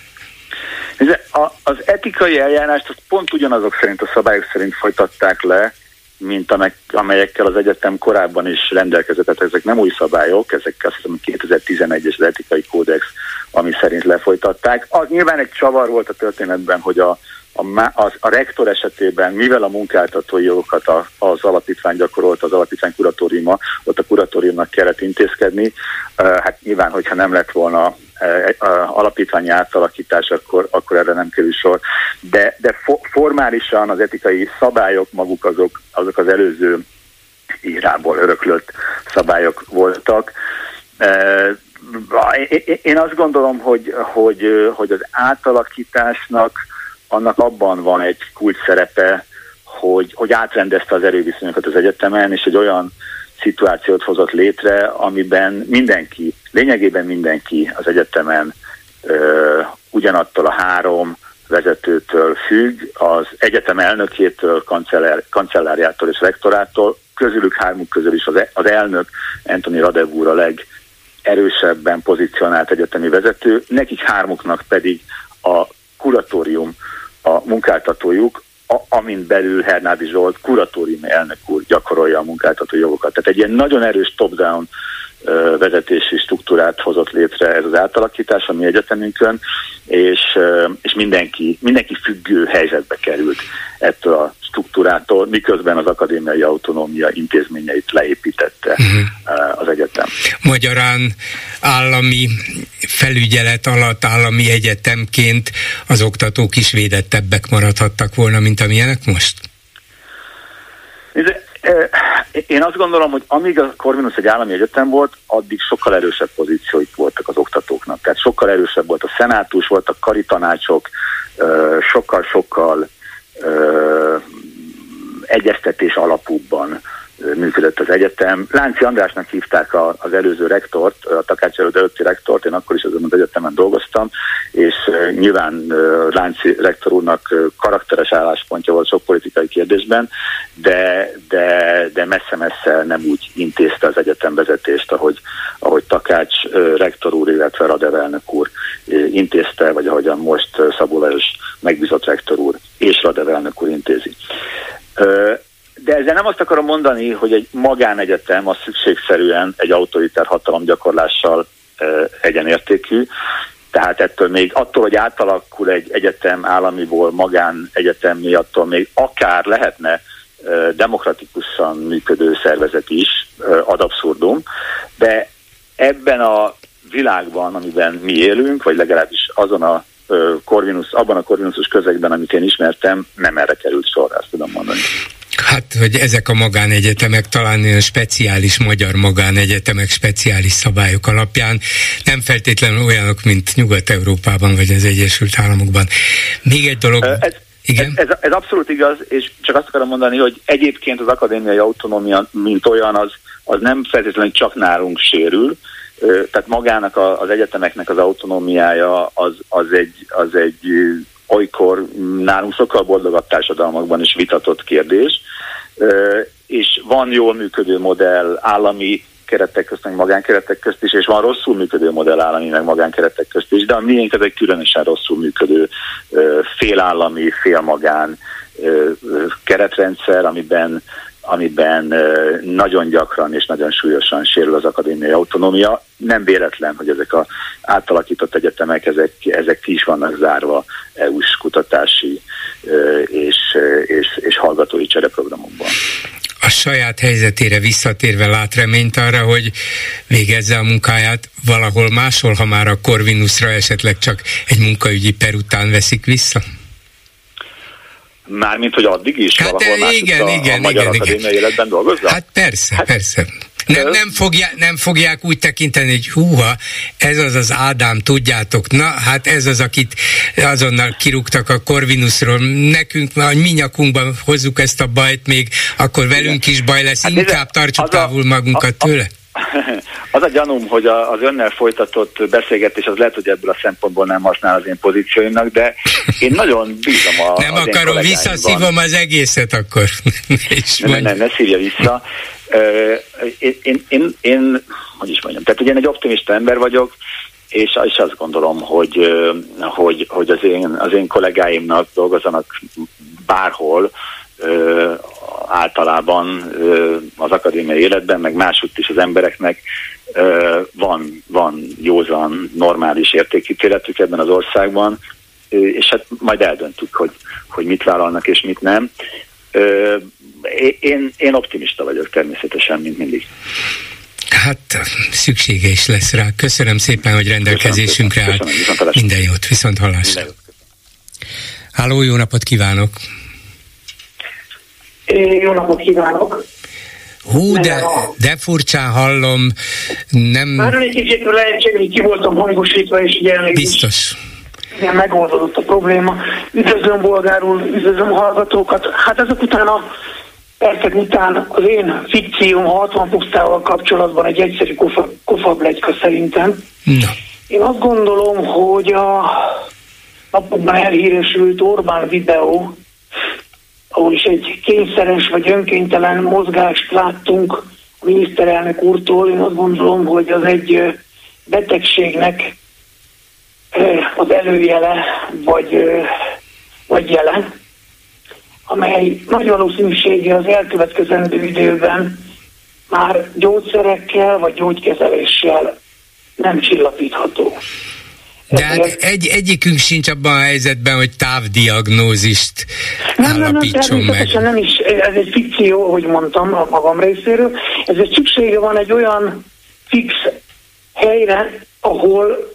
Az etikai eljárást pont ugyanazok szerint, a szabályok szerint folytatták le, mint amelyekkel az egyetem korábban is rendelkezett. Tehát ezek nem új szabályok, ezek azt hiszem 2011-es az etikai kódex, ami szerint lefolytatták. Az nyilván egy csavar volt a történetben, hogy a rektor esetében, mivel a munkáltatói jogokat az alapítvány gyakorolt, az alapítvány kuratóriuma, ott a kuratóriumnak kellett intézkedni. Hát nyilván, hogyha nem lett volna alapítványi átalakítás, akkor erre nem kerül sor. De formálisan az etikai szabályok maguk azok az előző írából öröklött szabályok voltak. Én azt gondolom, hogy az átalakításnak annak abban van egy kulcs szerepe, hogy átrendezte az erőviszonyokat az egyetemen, és egy olyan szituációt hozott létre, amiben lényegében mindenki az egyetemen ugyanattól a 3 vezetőtől függ, az egyetem elnökétől, kancellárjától és rektorától, közülük 3 közül is az elnök, Antoni Radev úr a legerősebben pozícionált egyetemi vezető, nekik 3-uknak pedig a kuratórium a munkáltatójuk, amint belül Hernádi Zsolt kuratórium elnök úr gyakorolja a munkáltató jogokat. Tehát egy ilyen nagyon erős top-down vezetési struktúrát hozott létre ez az átalakítás a mi egyetemünkön, és mindenki függő helyzetbe került ettől a struktúrától, miközben az akadémiai autonómia intézményeit leépítette az egyetem. Magyarán állami felügyelet alatt, állami egyetemként az oktatók is védettebbek maradhattak volna, mint amilyenek most? Én azt gondolom, hogy amíg a Corvinus egy állami egyetem volt, addig sokkal erősebb pozícióik voltak az oktatóknak. Tehát sokkal erősebb volt a szenátus, voltak karitanácsok, sokkal egyeztetés alapúban működött az egyetem. Lánci Andrásnak hívták az előző rektort, a Takács előtti rektort, én akkor is azon az egyetemen dolgoztam, és nyilván Lánci rektor úrnak karakteres álláspontja volt sok politikai kérdésben, de messze-messze nem úgy intézte az egyetemvezetést, ahogy Takács rektor úr, illetve Radev elnök úr intézte, vagy ahogyan most Szabó Lajos megbízott rektor úr és Radev elnök úr intézi. De ezzel nem azt akarom mondani, hogy egy magánegyetem az szükségszerűen egy autoritár hatalomgyakorlással egyenértékű. Tehát attól, hogy átalakul egy egyetem államiból magánegyetemmé, attól még akár lehetne demokratikusan működő szervezet is, ad abszurdum, de ebben a világban, amiben mi élünk, vagy legalábbis azon a abban a Corvinusos közegben, amit én ismertem, nem erre került sor, azt tudom mondani. Hát, hogy ezek a magánegyetemek talán olyan speciális magyar magánegyetemek speciális szabályok alapján nem feltétlenül olyanok, mint Nyugat-Európában vagy az Egyesült Államokban. Még egy dolog... Igen? Ez abszolút igaz, és csak azt akarom mondani, hogy egyébként az akadémiai autonómia, mint olyan, az nem feltétlenül csak nálunk sérül, tehát magának az egyetemeknek az autonómiája az egy olykor nálunk sokkal boldogabb társadalmakban is vitatott kérdés, és van jól működő modell állami keretek közt, meg magánkeretek közt is, és van rosszul működő modell állami, meg magánkeretek közt is, de a miénk ez egy különösen rosszul működő félállami, félmagán keretrendszer, amiben nagyon gyakran és nagyon súlyosan sérül az akadémiai autonómia. Nem véletlen, hogy ezek az átalakított egyetemek, ezek ki is vannak zárva EU-s kutatási és hallgatói csereprogramokban. A saját helyzetére visszatérve lát reményt arra, hogy végezze a munkáját valahol máshol, ha már a Corvinusra esetleg csak egy munkaügyi per után veszik vissza? Mármint, hogy addig is hát valahol máshol a magyar akadémiai életben dolgozza? Hát persze. Nem fogják úgy tekinteni, hogy húha, ez az Ádám, tudjátok, na, hát ez az, akit azonnal kirúgtak a Corvinusról, nekünk, a mi nyakunkban hozzuk ezt a bajt még, akkor velünk is baj lesz, hát inkább tartsuk távol magunkat tőle. Az a gyanúm, hogy az önnel folytatott beszélgetés az lehet, hogy ebből a szempontból nem használ az én pozícióimnak, de én nagyon bízom nem az akarom, visszaszívom az egészet akkor. Ne szívja vissza. Én hogy is mondjam, tehát ugye én egy optimista ember vagyok, és azt gondolom, hogy az én kollégáimnak dolgozzanak bárhol, általában az akadémiai életben, meg másutt is az embereknek van józan, normális értékítéletük ebben az országban, és hát majd eldöntjük, hogy mit vállalnak és mit nem. Én optimista vagyok természetesen, mint mindig. Hát szüksége is lesz rá. Köszönöm szépen, hogy rendelkezésünkre állt. Minden jót, viszont hallásra. Háló, jó napot kívánok! Jó napot kívánok! Hú, de furcsán hallom, nem... Már egy kicsit lehetséges, hogy ki voltam hangosítva, és ugye elég biztos. Igen, megoldódott a probléma. Üdvözlöm bolgár úr, üdvözlöm hallgatókat. Hát ezek után a percek után az én fikcióm 60 pusztával kapcsolatban egy egyszerű kofabletyka szerintem. Na. Én azt gondolom, hogy a napokban elhíresült Orbán videó, ahol is egy kényszeres vagy önkénytelen mozgást láttunk a miniszterelnök úrtól, én azt gondolom, hogy az egy betegségnek az előjele, vagy jele, amely nagy valószínűséggel az elkövetkezendő időben már gyógyszerekkel vagy gyógykezeléssel nem csillapítható. De hát egyikünk sincs abban a helyzetben, hogy távdiagnózist állapítson meg. Nem is, ez egy fikció, ahogy mondtam a magam részéről. Ez egy szüksége van egy olyan fix helyre, ahol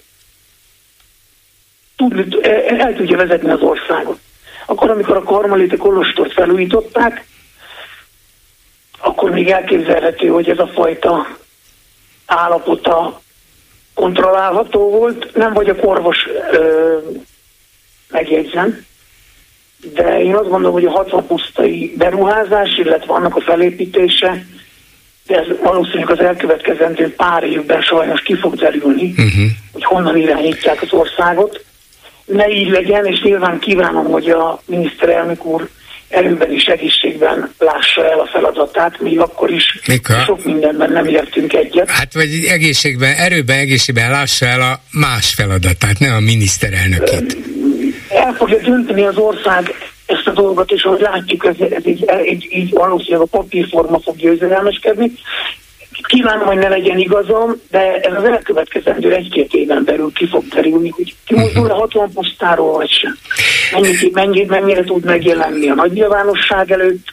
el tudja vezetni az országot. Akkor, amikor a karmelita kolostort felújították, akkor még elképzelhető, hogy ez a fajta állapota kontrollálható volt. Nem vagyok orvos, megjegyzem, de én azt gondolom, hogy a 60 pusztai beruházás, illetve annak a felépítése, de ez valószínűleg az elkövetkezendő pár évben sajnos ki fog derülni, hogy honnan irányítják az országot. Ne így legyen, és nyilván kívánom, hogy a miniszterelnök úr erőben és egészségben lássa el a feladatát, még akkor is sok mindenben nem értünk egyet. Hát vagy erőben, egészségben lássa el a más feladatát, ne a miniszterelnökét. El fogja dönteni az ország ezt a dolgot, és ahogy látjuk, ez így valószínűleg a papírforma fog győzedelmeskedni. Kívánom, hogy ne legyen igazam, de ez az elkövetkezendő 1-2 éven belül ki fog derülni, hogy kimozdul a 60 pusztáról vagy sem. Mennyire tud megjelenni a nagy nyilvánosság előtt,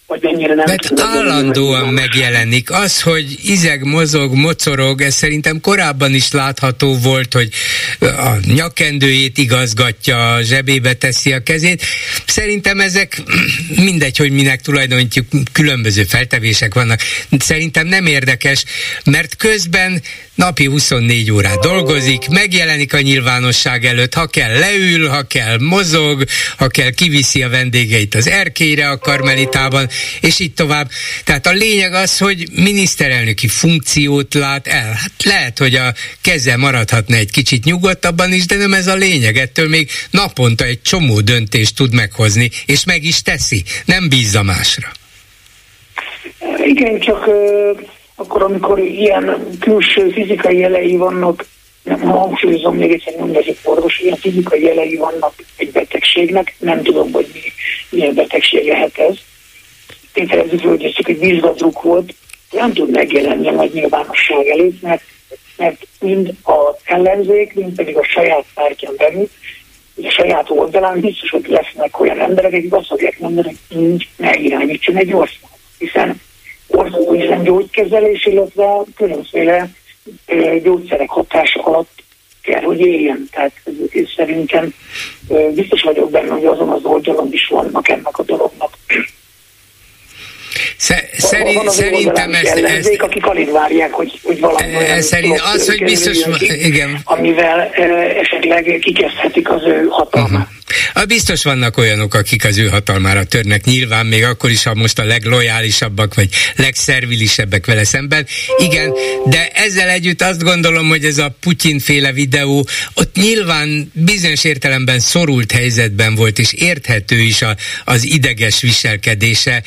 vagy mennyire nem. Mert állandóan megjelenik. Az, hogy izeg, mozog, mocorog, ez szerintem korábban is látható volt, hogy a nyakkendőjét igazgatja, a zsebébe teszi a kezét. Szerintem ezek mindegy, hogy minek tulajdonítjuk, különböző feltevések vannak. Szerintem nem érdekes, mert közben napi 24 órát dolgozik, megjelenik a nyilvánosság előtt, ha kell leül, ha kell mozog, ha kell kiviszi a vendégeit az erkélyre a Karmelitában, és így tovább. Tehát a lényeg az, hogy miniszterelnöki funkciót lát el. Hát lehet, hogy a keze maradhatna egy kicsit nyugodtabban is, de nem ez a lényeg. Ettől még naponta egy csomó döntést tud meghozni, és meg is teszi. Nem bízza másra. Igen, csak akkor, amikor ilyen külső fizikai jelei vannak, nem hangsúlyozom még egyszer, nem vagyok orvos, ilyen fizikai jelei vannak egy betegségnek, nem tudom, hogy milyen betegség lehet ez. Tételezzük, hogy ez csak egy vizsgadruk volt, nem tud megjelenni a nagy nyilvánosság előtt, mert mind az ellenzék, mind pedig a saját pártján belül, a saját oldalán biztos, hogy lesznek olyan emberek, akik azt fogják mondani, hogy így megirányítson egy ország. Hiszen országban gyógykezelés, illetve különféle gyógyszerek hatása alatt kell, hogy éljen. Tehát ez szerintem biztos vagyok benne, hogy azon az oldalon is vannak ennek a dolognak. Szerintem ez akik alig várják, hogy valami olyan szerint az, hogy biztos, igen. Amivel esetleg kikezdhetik az ő hatalmát. Biztos vannak olyanok, akik az ő hatalmára törnek, nyilván még akkor is, ha most a leglojálisabbak, vagy legszervilisebbek vele szemben. Igen, de ezzel együtt azt gondolom, hogy ez a Putyin-féle videó, ott nyilván bizonyos értelemben szorult helyzetben volt, és érthető is az ideges viselkedése,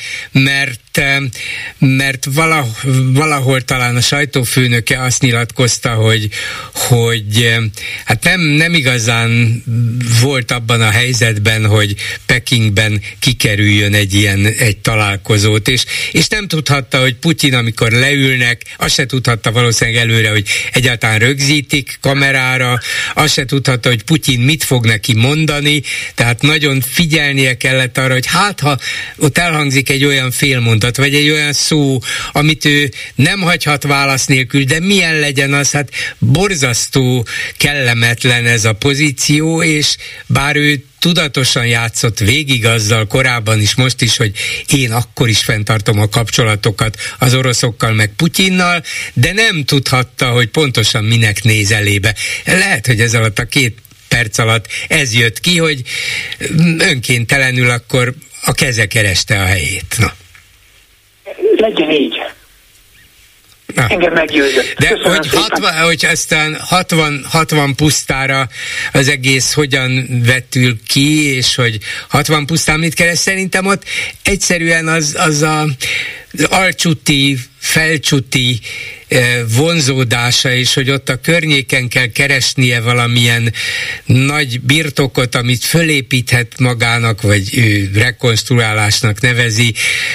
mert valahol talán a sajtófőnöke azt nyilatkozta, hogy hát nem igazán volt abban a helyzetben, hogy Pekingben kikerüljön egy találkozót, és nem tudhatta, hogy Putyin, amikor leülnek, azt se tudhatta valószínűleg előre, hogy egyáltalán rögzítik kamerára, azt se tudhatta, hogy Putyin mit fog neki mondani, tehát nagyon figyelnie kellett arra, hogy hát ha ott elhangzik egy olyan félmondat, vagy egy olyan szó, amit ő nem hagyhat válasz nélkül, de milyen legyen az, hát borzasztó kellemetlen ez a pozíció, és bár ő tudatosan játszott végig azzal korábban is, most is, hogy én akkor is fenntartom a kapcsolatokat az oroszokkal meg Putyinnal, de nem tudhatta, hogy pontosan minek néz elébe. Lehet, hogy ez alatt a 2 perc alatt ez jött ki, hogy önkéntelenül akkor a keze kereste a helyét. Na. Legyen így. Engem meggyőzött. De hogy aztán 60 pusztára az egész hogyan vetül ki, és hogy 60 pusztán mit keres, szerintem ott egyszerűen az alcsuti, felcsuti vonzódása, és hogy ott a környéken kell keresnie valamilyen nagy birtokot, amit fölépíthet magának, vagy ő rekonstruálásnak nevezi,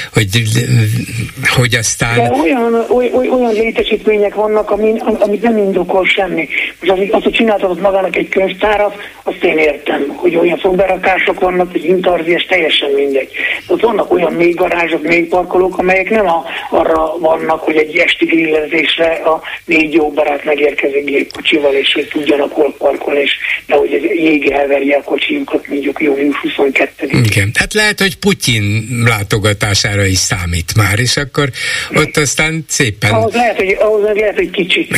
hogy aztán... De olyan létesítmények vannak, amit nem indokol semmi. Most azt, hogy csináltatott magának egy könyvtárat, azt én értem, hogy olyan szobberakások vannak, hogy intarziás, teljesen mindegy. Ott vannak olyan mély garázsok, mély parkolók, amelyek nem arra vannak, hogy egy esti grillezésre a 4 jó barát megérkezik gépkocsival, és hogy tudjanak hol parkolni, és nehogy ez jég elverje a kocsijukat, mondjuk július 22-én. Igen. Hát lehet, hogy Putyin látogatására is számít már, és akkor ott aztán szépen... Ahhoz lehet, hogy kicsit.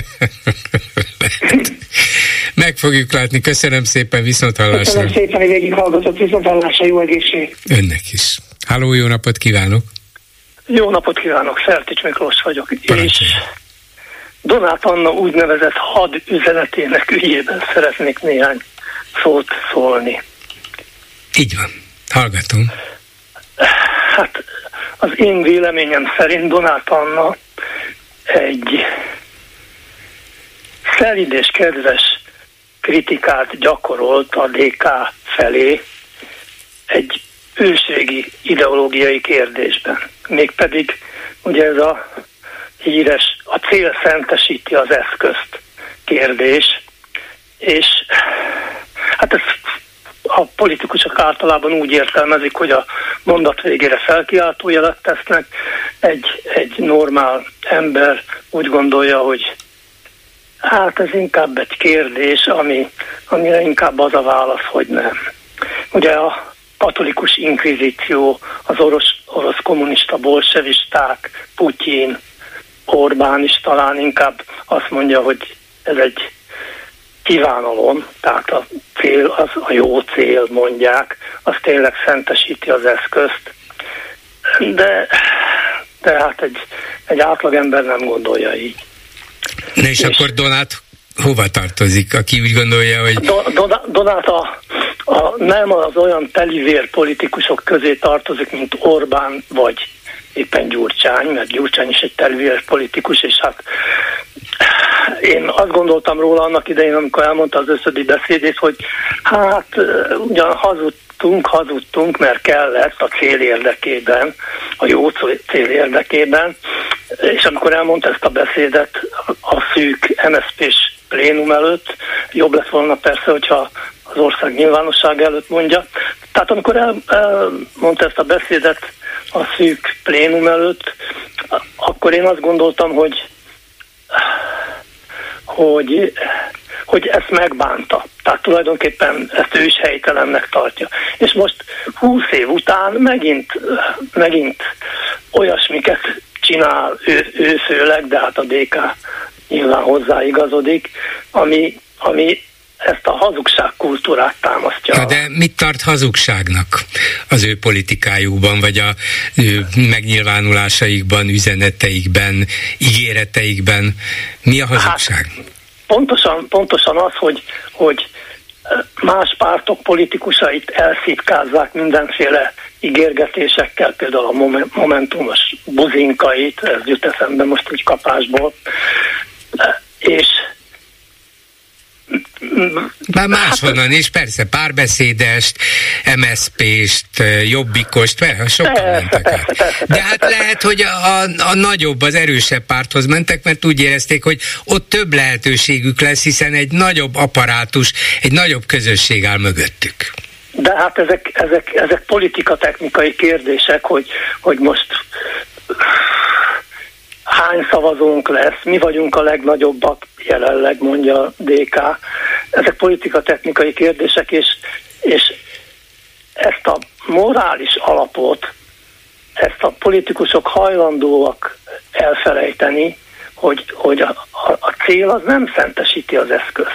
Meg fogjuk látni. Köszönöm szépen, viszonthallásra. Köszönöm szépen, hogy végig hallgatott, viszonthallásra, jó egészség. Önnek is. Halló, jó napot kívánok! Jó napot kívánok, Szertics Miklós vagyok. Parancsolj. És Donát Anna úgynevezett hadüzenetének ügyében szeretnék néhány szót szólni. Így van. Hallgatom. Hát az én véleményem szerint Donát Anna egy szelíd és kedves kritikát gyakorolt a DK felé egy ősrégi ideológiai kérdésben. Mégpedig ugye ez a híres, a cél szentesíti az eszközt kérdés, és hát ez a politikusok általában úgy értelmezik, hogy a mondat végére felkiáltójelet tesznek. Egy normál ember úgy gondolja, hogy hát ez inkább egy kérdés, amire inkább az a válasz, hogy nem. Ugye a katolikus inkvizíció, az orosz kommunista bolsevisták, Putyin, Orbán is talán inkább azt mondja, hogy ez egy kívánalom, tehát a cél, az a jó cél mondják, az tényleg szentesíti az eszközt, de hát egy átlagember nem gondolja így. Na és akkor Donát hova tartozik, aki úgy gondolja, hogy... Donát nem az olyan telivér politikusok közé tartozik, mint Orbán vagy éppen Gyurcsány, mert Gyurcsány is egy telivér politikus, és hát én azt gondoltam róla annak idején, amikor elmondta az összödi beszédét, hogy hát ugyan hazudtunk, mert kellett a cél érdekében, a jó cél érdekében, és amikor elmondta ezt a beszédet a szűk MSZP-s plénum előtt, jobb lett volna persze, hogyha az ország nyilvánosság előtt mondja. Tehát amikor elmondta ezt a beszédet a szűk plénum előtt, akkor én azt gondoltam, hogy ezt megbánta. Tehát tulajdonképpen ezt ő is helytelennek tartja. És most 20 év után megint olyasmiket csinál ő főleg, de hát a DK nyilván hozzáigazodik, ami ezt a hazugságkultúrát támasztja. Na de mit tart hazugságnak az ő politikájukban, vagy a ő megnyilvánulásaikban, üzeneteikben, ígéreteikben? Mi a hazugság? Hát, pontosan az, hogy más pártok politikusait elszitkázzák mindenféle ígérgetésekkel, például a momentumos buzinkait, ez jut eszembe most úgy kapásból, és már máshonnan is, persze, Párbeszédest, MSZP-st, Jobbikost, sokan mentek át. De hát lehet, hogy a nagyobb, az erősebb párthoz mentek, mert úgy érezték, hogy ott több lehetőségük lesz, hiszen egy nagyobb apparátus, egy nagyobb közösség áll mögöttük. De hát ezek politikatechnikai kérdések, hogy most hány szavazónk lesz, mi vagyunk a legnagyobbak jelenleg, mondja a DK. Ezek politikatechnikai kérdések, és ezt a morális alapot, ezt a politikusok hajlandóak elfelejteni, hogy a cél az nem szentesíti az eszközt.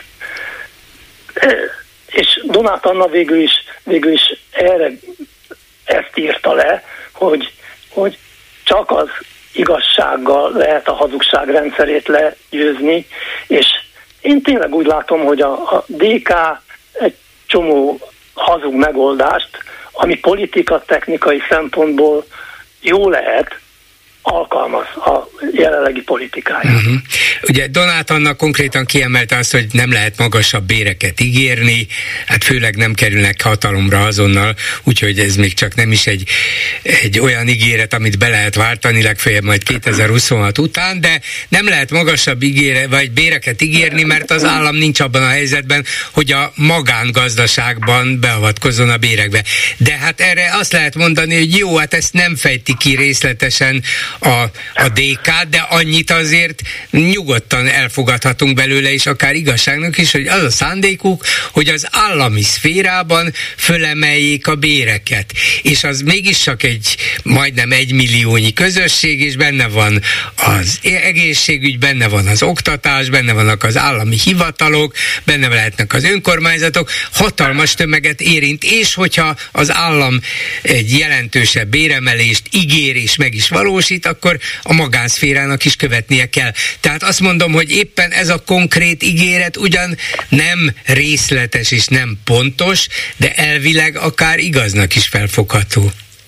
És Donát Anna végül is erre ezt írta le, hogy csak az igazsággal lehet a hazugság rendszerét legyőzni, és én tényleg úgy látom, hogy a DK egy csomó hazug megoldást, ami politikatechnikai szempontból jó lehet, alkalmaz a jelenlegi politikája. Uh-huh. Ugye Donát Anna konkrétan kiemelte azt, hogy nem lehet magasabb béreket ígérni, hát főleg nem kerülnek hatalomra azonnal, úgyhogy ez még csak nem is egy olyan ígéret, amit be lehet váltani, legfeljebb majd 2026 után, de nem lehet magasabb vagy béreket ígérni, mert az állam nincs abban a helyzetben, hogy a magángazdaságban beavatkozzon a bérekbe. De hát erre azt lehet mondani, hogy jó, hát ezt nem fejti ki részletesen a DK, de annyit azért nyugodtan elfogadhatunk belőle, és akár igazságnak is, hogy az a szándékuk, hogy az állami szférában fölemeljék a béreket. És az mégis csak egy majdnem 1 milliónyi közösség, és benne van az egészségügy, benne van az oktatás, benne vannak az állami hivatalok, benne lehetnek az önkormányzatok, hatalmas tömeget érint, és hogyha az állam egy jelentősebb béremelést ígér és meg is valósít, akkor a magánszférának is követnie kell. Tehát azt mondom, hogy éppen ez a konkrét ígéret ugyan nem részletes és nem pontos, de elvileg akár igaznak is felfogható.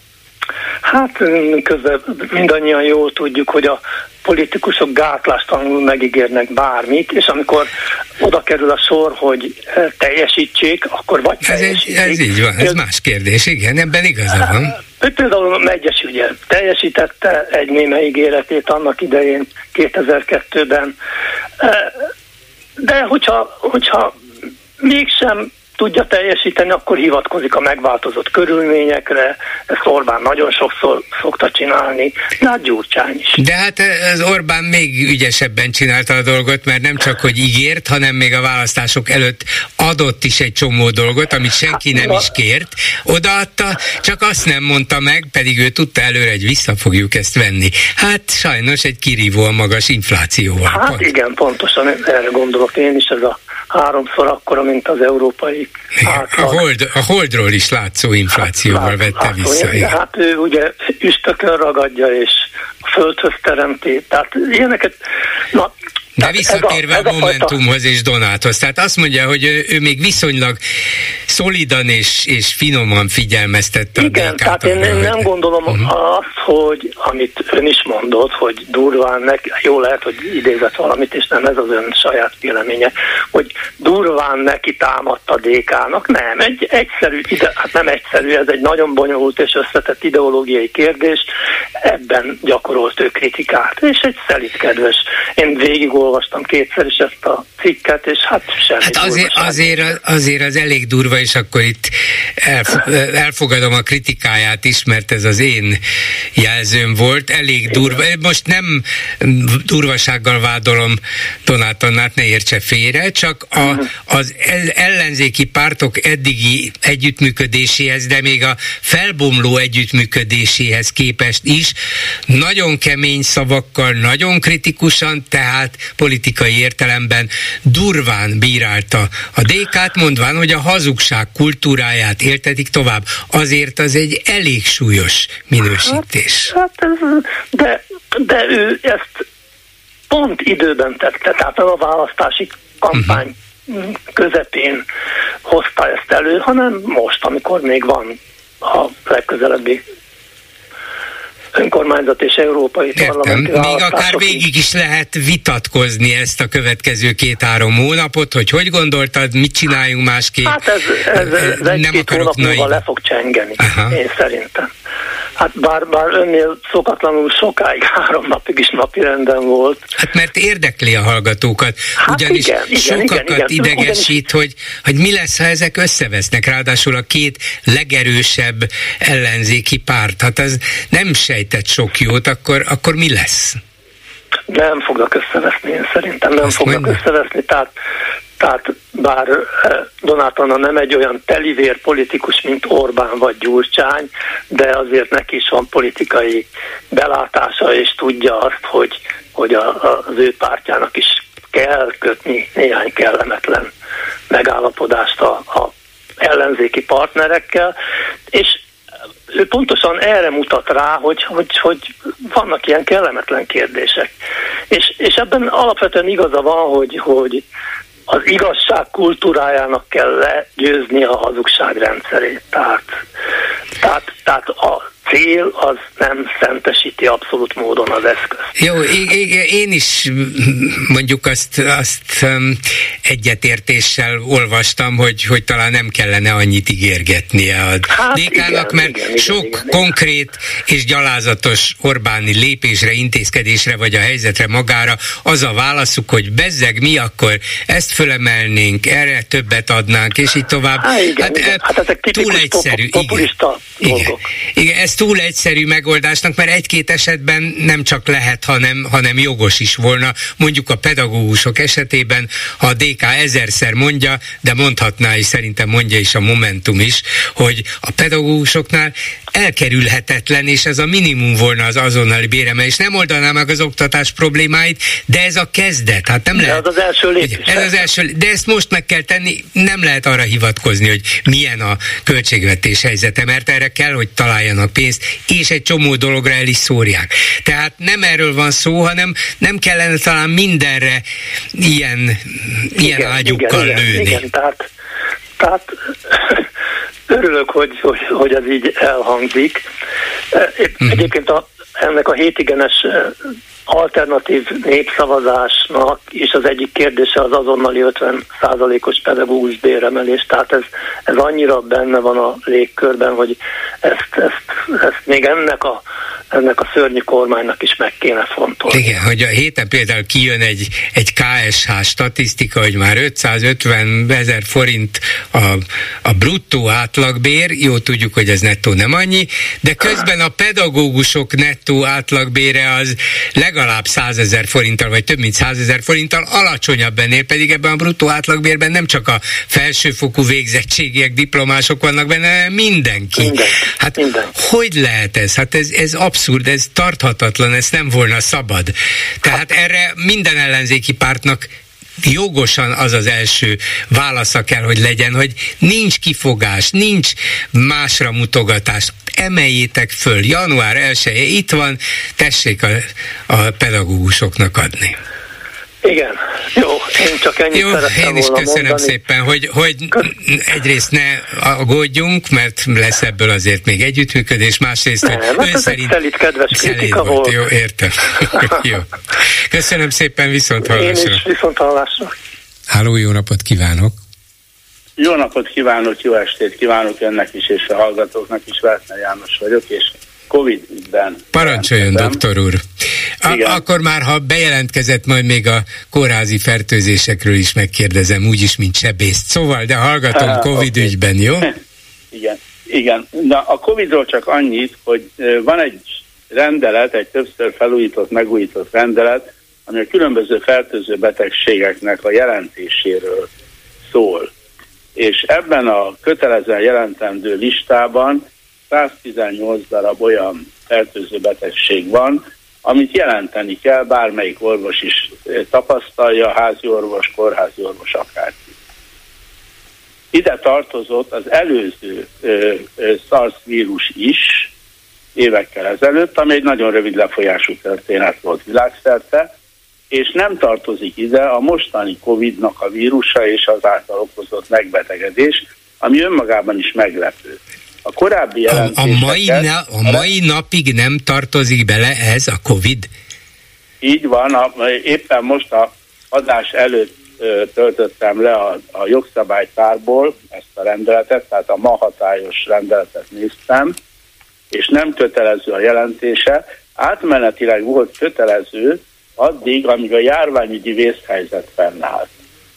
Hát közben mindannyian jól tudjuk, hogy a politikusok gátlástalanul megígérnek bármit, és amikor oda kerül a sor, hogy teljesítsék, akkor vagy teljesítik. Ez így van, ez más kérdés, igen, ebben igaza van. Például a Megyes ügye teljesítette egy néme ígéretét annak idején 2002-ben, de hogyha mégsem tudja teljesíteni, akkor hivatkozik a megváltozott körülményekre, ezt Orbán nagyon sokszor szokta csinálni, de hát Gyurcsány is. De hát az Orbán még ügyesebben csinálta a dolgot, mert nem csak, hogy ígért, hanem még a választások előtt adott is egy csomó dolgot, amit senki nem is kért, odaadta, csak azt nem mondta meg, pedig ő tudta előre, hogy vissza fogjuk ezt venni. Hát sajnos egy kirívóan magas inflációval. Hát pont. Igen, pontosan erre gondolok én is, ez a 3-szor akkora, mint az európai átlag. A Holdról is látszó inflációval vette vissza. Hát ő ugye üstökön ragadja, és a földhöz teremti, tehát ilyeneket... De visszatérve a Momentumhoz és Donáthoz, tehát azt mondja, hogy ő még viszonylag szolidan és finoman figyelmeztette a DK-t. Igen, tehát én nem gondolom azt, hogy amit ön is mondott, hogy durván jó lehet, hogy idézett valamit, és nem ez az ön saját véleménye, hogy durván neki támadt a DK-nak. Nem, nem egyszerű, ez egy nagyon bonyolult és összetett ideológiai kérdés, ebben gyakorolt ő kritikát, és egy szelídkedves. Én végigolvastam kétszer is ezt a cikket, és hát semmi. Hát azért az elég durva, és akkor itt elfogadom a kritikáját is, mert ez az én jelzőm volt, elég durva. Most nem durvasággal vádolom Donát Annát, ne értse félre, csak az ellenzéki pártok eddigi együttműködéséhez, de még a felbomló együttműködéséhez képest is nagyon kemény szavakkal, nagyon kritikusan, tehát politikai értelemben durván bírálta a DK-t, mondván, hogy a hazugság kultúráját éltetik tovább. Azért az egy elég súlyos minősítés. De ő ezt pont időben tette, tehát a választási kampány közepén hozta ezt elő, hanem most, amikor még van a legközelebbi önkormányzat és európai parlamenti választások. Még akár végig is lehet vitatkozni ezt a következő 2-3 hónapot, hogy gondoltad, mit csináljunk másképp? Hát ez egy-két hónap múlva le fog csengeni, én szerintem. Hát bár önnél szokatlanul sokáig, 3 napig is napirenden volt. Hát mert érdekli a hallgatókat, ugyanis sokakat idegesít, hogy mi lesz, ha ezek összevesznek, ráadásul a 2 legerősebb ellenzéki párt. Hát ez nem sejtett sok jót, akkor mi lesz? Nem fognak összeveszni, én szerintem nem fognak összeveszni, tehát bár Donát Anna nem egy olyan telivér politikus, mint Orbán vagy Gyurcsány, de azért neki is van politikai belátása, és tudja azt, hogy az ő pártjának is kell kötni néhány kellemetlen megállapodást a ellenzéki partnerekkel, és ő pontosan erre mutat rá, hogy vannak ilyen kellemetlen kérdések. És ebben alapvetően igaza van, hogy az igazság kultúrájának kell legyőzni a hazugság rendszerét. Tehát a cél az nem szentesíti abszolút módon az eszközt. Jó, én is mondjuk azt egyetértéssel olvastam, hogy talán nem kellene annyit ígérgetnie a DK-nak, mert sok konkrét és gyalázatos Orbáni lépésre, intézkedésre vagy a helyzetre magára az a válaszuk, hogy bezzeg mi akkor ezt fölemelnénk, erre többet adnánk, és így tovább. Hát ezek túl egyszerű. Populista dolgok. Igen, ez túl egyszerű megoldásnak, mert 1-2 esetben nem csak lehet, hanem jogos is volna. Mondjuk a pedagógusok esetében, ha a DK 1000-szer mondja, de mondhatná, és szerintem mondja is a Momentum is, hogy a pedagógusoknál elkerülhetetlen, és ez a minimum volna az azonnali béremelés. Nem oldaná meg az oktatás problémáit, de ez a kezdet. Hát nem lehet. Ez az első lépés. Ez az első, de ezt most meg kell tenni, nem lehet arra hivatkozni, hogy milyen a költségvetés helyzete, mert erre kell, hogy találjanak pénzt, és egy csomó dologra el is szórják. Tehát nem erről van szó, hanem nem kellene talán mindenre ilyen ágyukkal lőni. Igen, tehát örülök, hogy ez így elhangzik. Egyébként ennek a hétigenes alternatív népszavazásnak is az egyik kérdése az azonnali 50%-os pedagógus béremelés, tehát ez annyira benne van a légkörben, hogy ezt még ennek ennek a szörnyű kormánynak is meg kéne fontolni. Igen, hogy a héten például kijön egy KSH statisztika, hogy már 550 000 forint a bruttó átlagbér, jó tudjuk, hogy ez nettó nem annyi, de közben a pedagógusok nettó átlagbére az legalább 100 000 forinttal, vagy több mint 100 000 forinttal alacsonyabb ennél, pedig ebben a bruttó átlagbérben nem csak a felsőfokú végzettségiek, diplomások vannak benne, hanem mindenki. Hogy lehet ez? Hát ez abszurd, ez tarthatatlan, ez nem volna szabad. Tehát erre minden ellenzéki pártnak jogosan az az első válasza kell, hogy legyen, hogy nincs kifogás, nincs másra mutogatás. Emeljétek föl, január 1-e itt van, tessék a pedagógusoknak adni. Igen, jó, én csak ennyit szerettem én is volna köszönöm mondani. szépen, hogy egyrészt ne aggódjunk, mert lesz ebből azért még együttműködés, másrészt, hogy ön szerint szelíd, kedves kritika volt. Jó, értem. Jó. Köszönöm szépen, viszont hallásra. Én is viszont hallásra. Háló, jó napot kívánok! Jó napot kívánok, jó estét kívánok önnek is, és a hallgatóknak is. Wertner János vagyok, és Covid ügyben. Parancsoljon, doktor úr. Akkor már, ha bejelentkezett, majd még a kórházi fertőzésekről is megkérdezem, úgyis, mint sebészt. Szóval, de hallgatom Covid ügyben, jó? Igen. Na, a Covidról csak annyit, hogy van egy rendelet, egy többször felújított, megújított rendelet, ami a különböző fertőző betegségeknek a jelentéséről szól. És ebben a kötelezően jelentendő listában 118 darab olyan fertőző betegség van, amit jelenteni kell, bármelyik orvos is tapasztalja, házi orvos, kórházi orvos, akárki. Ide tartozott az előző SARS vírus is évekkel ezelőtt, ami egy nagyon rövid lefolyású történet volt világszerte, és nem tartozik ide a mostani Covid-nak a vírusa és az által okozott megbetegedés, ami önmagában is meglepő. A korábbi jelentéseket... A mai napig nem tartozik bele ez a Covid? Így van, éppen most a adás előtt töltöttem le a jogszabálytárból ezt a rendeletet, tehát a ma hatályos rendeletet néztem, és nem kötelező a jelentése. Átmenetileg volt kötelező addig, amíg a járványügyi vészhelyzet fennállt.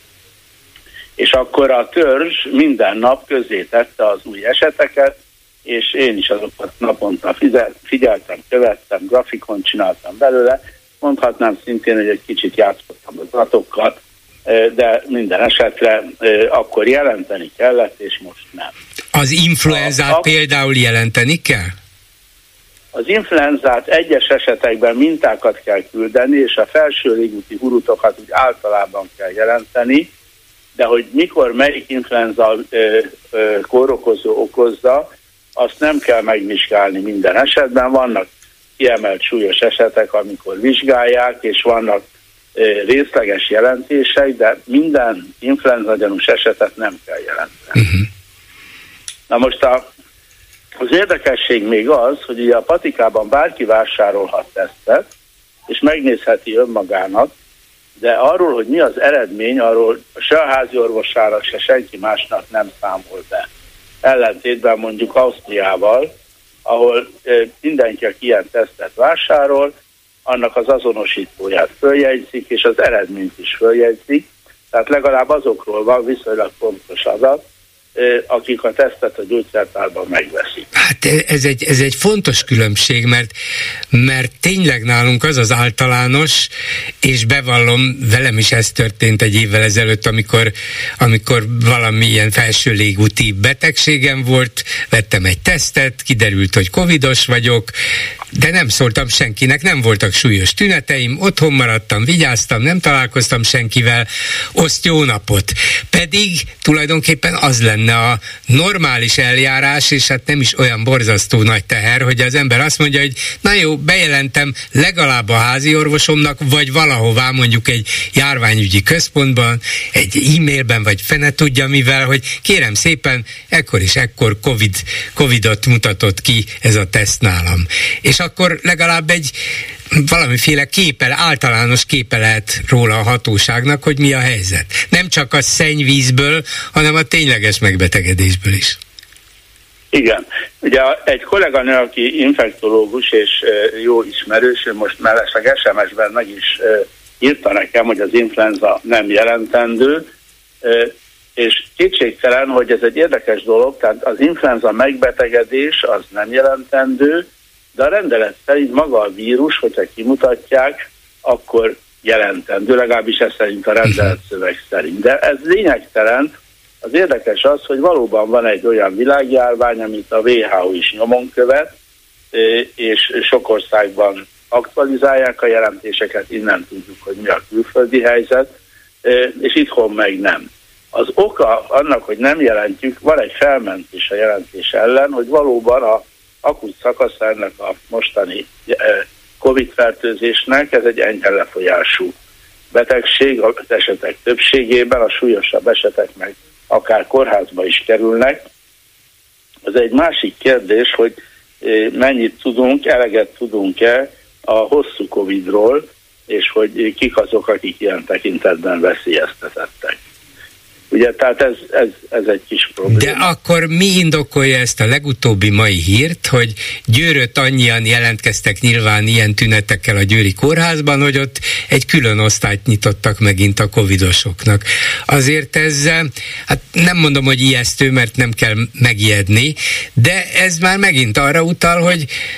És akkor a törzs minden nap közé tette az új eseteket, és én is azokat naponta figyeltem, követtem, grafikon csináltam belőle. Mondhatnám szintén, hogy egy kicsit játszottam az adatokkal, de minden esetre akkor jelenteni kellett, és most nem. Az influenzát például jelenteni kell? Az influenzát egyes esetekben mintákat kell küldeni, és a felső légúti hurutokat úgy általában kell jelenteni, de hogy mikor melyik influenza kórokozó okozza, azt nem kell megvizsgálni minden esetben. Vannak kiemelt súlyos esetek, amikor vizsgálják, és vannak részleges jelentések, de minden influenza gyanús esetet nem kell jelenteni. Uh-huh. Na most az érdekesség még az, hogy ugye a patikában bárki vásárolhat tesztet, és megnézheti önmagának, de arról, hogy mi az eredmény, arról se a házi orvosára, se senki másnak nem számol be. Ellentétben mondjuk Ausztriával, ahol mindenki, aki ilyen tesztet vásárol, annak az azonosítóját följegyzik, és az eredményt is följegyzik, tehát legalább azokról van viszonylag pontos adat, akik a tesztet a gyógyszertárban megveszik. Hát ez egy fontos különbség, mert tényleg nálunk az általános, és bevallom, velem is ez történt egy évvel ezelőtt, amikor valamilyen felső légúti betegségem volt, vettem egy tesztet, kiderült, hogy covidos vagyok, de nem szóltam senkinek, nem voltak súlyos tüneteim, otthon maradtam, vigyáztam, nem találkoztam senkivel, oszt jó napot. Pedig tulajdonképpen az lenne a normális eljárás, és hát nem is olyan borzasztó nagy teher, hogy az ember azt mondja, hogy na jó, bejelentem legalább a házi orvosomnak, vagy valahová, mondjuk egy járványügyi központban, egy e-mailben, vagy fene tudja mivel, hogy kérem szépen, ekkor és ekkor Covidot mutatott ki ez a teszt nálam. És akkor legalább egy valamiféle általános képe lehet róla a hatóságnak, hogy mi a helyzet. Nem csak a szennyvízből, hanem a tényleges megbetegedésből is. Igen. Ugye egy kolléganő, aki infektológus és jó ismerős, ő most mellesleg SMS-ben meg is írta nekem, hogy az influenza nem jelentendő, és kétségtelen, hogy ez egy érdekes dolog, tehát az influenza megbetegedés az nem jelentendő, de a rendelet szerint maga a vírus, hogyha kimutatják, akkor jelentendő, legalábbis ez szerint a rendelet szöveg szerint. De ez lényegtelen. Az érdekes az, hogy valóban van egy olyan világjárvány, amit a WHO is nyomon követ, és sok országban aktualizálják a jelentéseket, innen tudjuk, hogy mi a külföldi helyzet, és itthon meg nem. Az oka annak, hogy nem jelentjük, van egy felmentés a jelentés ellen, hogy valóban a akut szakasz ennek a mostani COVID-fertőzésnek, ez egy enyhe lefolyású betegség, az esetek többségében, a súlyosabb esetek meg akár kórházba is kerülnek. Ez egy másik kérdés, hogy mennyit tudunk, eleget tudunk-e a hosszú Covid-ról, és hogy kik azok, akik ilyen tekintetben veszélyeztetettek. Ugye, tehát ez egy kis probléma. De akkor mi indokolja ezt a legutóbbi mai hírt, hogy Győrött annyian jelentkeztek nyilván ilyen tünetekkel a győri kórházban, hogy ott egy külön osztályt nyitottak megint a covidosoknak. Azért ez, hát nem mondom, hogy ijesztő, mert nem kell megijedni, de ez már megint arra utal,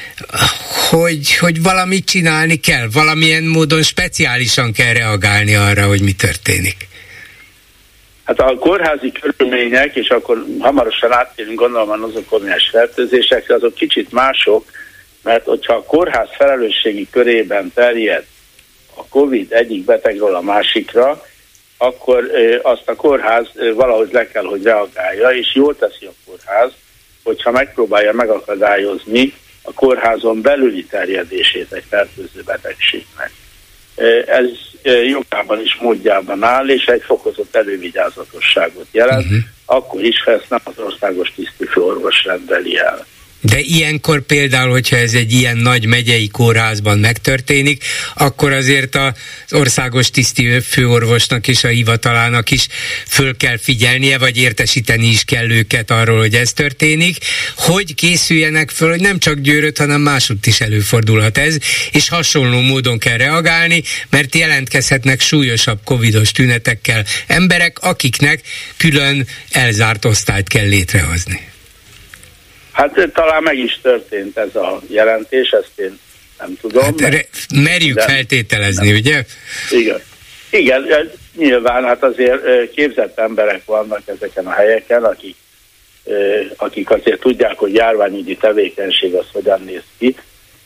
hogy valamit csinálni kell, valamilyen módon speciálisan kell reagálni arra, hogy mi történik. Hát a kórházi körülmények, és akkor hamarosan áttérünk gondolom a nozokomiás fertőzésekre, azok kicsit mások, mert hogyha a kórház felelősségi körében terjed a Covid egyik betegről a másikra, akkor azt a kórház valahogy le kell, hogy reagálja, és jól teszi a kórház, hogyha megpróbálja megakadályozni a kórházon belüli terjedését egy fertőző betegségnek. Ez jogában is módjában áll, és egy fokozott elővigyázatosságot jelent, akkor is, ha ezt nem az országos tisztifőorvos rendeli el. De ilyenkor például, hogyha ez egy ilyen nagy megyei kórházban megtörténik, akkor azért az országos tisztifőorvosnak és a hivatalának is föl kell figyelnie, vagy értesíteni is kell őket arról, hogy ez történik, hogy készüljenek föl, hogy nem csak Győrött, hanem másutt is előfordulhat ez, és hasonló módon kell reagálni, mert jelentkezhetnek súlyosabb covidos tünetekkel emberek, akiknek külön elzárt osztályt kell létrehozni. Hát talán meg is történt ez a jelentés, ezt én nem tudom. Hát merjük feltételezni, nem. Ugye? Igen, nyilván hát azért képzett emberek vannak ezeken a helyeken, akik azért tudják, hogy járványügyi tevékenység az hogyan néz ki,